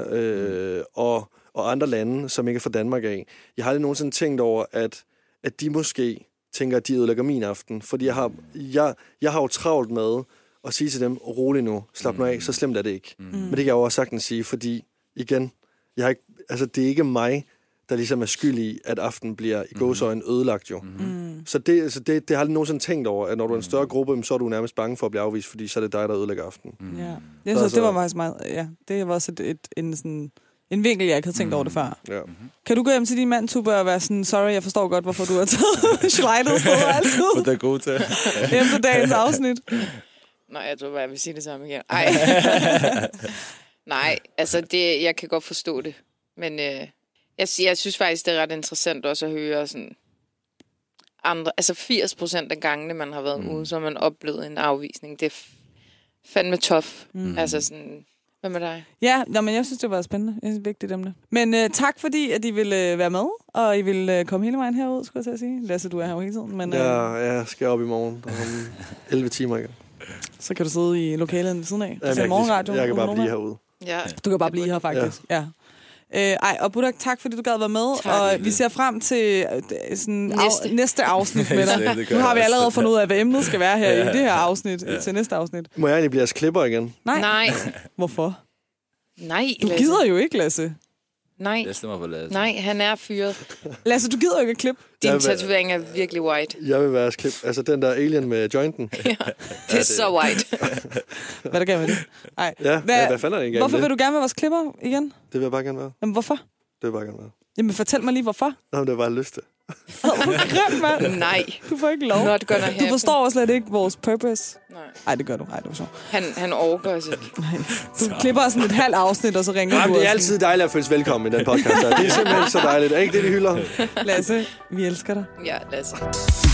og andre lande, som ikke er fra Danmark af. Jeg har aldrig nogensinde tænkt over, at de måske tænker, at de ødelægger min aften. Fordi jeg har jo travlt med at sige til dem, rolig nu, slap nu af, så slemt er det ikke. Men det kan jeg jo også sagtens sige, fordi igen, det er ikke mig, der ligesom er skyld i, at aften bliver i gåseøjne ødelagt jo. Så det har jeg aldrig nogenside tænkt over, at når du er en større gruppe, så er du nærmest bange for at blive afvist, fordi så er det dig, der ødelægger aftenen. Ja. Jeg synes, det var faktisk meget... Ja, det var også en vinkel, jeg ikke havde tænkt over det før. Ja. Kan du gå hjem til din mand, Tuba, og være sådan, sorry, jeg forstår godt, hvorfor du har taget slejdet steder altid. Det er god til. Efter dagens afsnit. Nej, jeg tror bare, jeg vil sige det samme igen. Nej, altså jeg kan godt forstå det. Men jeg synes faktisk, det er ret interessant også at høre sådan andre, altså 80% af gangene, man har været ude, så har man oplevet en afvisning. Det er fandme tough. Altså sådan, hvad med dig? Ja, men jeg synes, det var spændende. Det er et vigtigt emne. Men tak, fordi at I ville være med, og I ville komme hele vejen herud, skulle jeg til at sige. Lasse, du er her jo hele tiden. Men, jeg skal op i morgen om 11 timer igen. Så kan du sidde i lokalet ved siden af. Jeg kan bare blive herude. Ja. Du kan bare blive her, faktisk. Ja. Og Budak, tak fordi du gad være med, tak. Og vi ser frem til næste afsnit med dig. Nu har vi allerede fundet ud af, hvad emnet skal være her i det her afsnit, til næste afsnit. Må jeg egentlig blive jeres klipper igen? Nej. Hvorfor? Nej, du Lasse. Gider jo ikke, Lasse. Nej. Jeg stemmer på Lasse. Nej, han er fyret. Lasse, du gider jo ikke at klippe. Din tatovering er virkelig white. Jeg vil være jeres klip. Altså den der alien med jointen. Ja, det er så white. Hvad er der gerne med det? Ej. Ja, hvad fanden er det? Hvorfor vil du gerne være vores klipper igen? Det vil jeg bare gerne være. Jamen, hvorfor? Det vil jeg bare gerne være. Jamen, fortæl mig lige, hvorfor. Nå, det er bare lyst til. Grim, mand. Nej. Du får ikke lov. Not gonna happen. Du forstår slet ikke vores purpose. Nej. Ej, det gør du. Ej, det var sjovt. Han overgår os ikke. Du klipper sådan et halvt afsnit, og så ringer Jamen, du. det er altid dejligt at føles velkommen i den podcast. Det er simpelthen så dejligt. Er ikke det, vi hylder? Lasse, vi elsker dig. Ja, Lasse.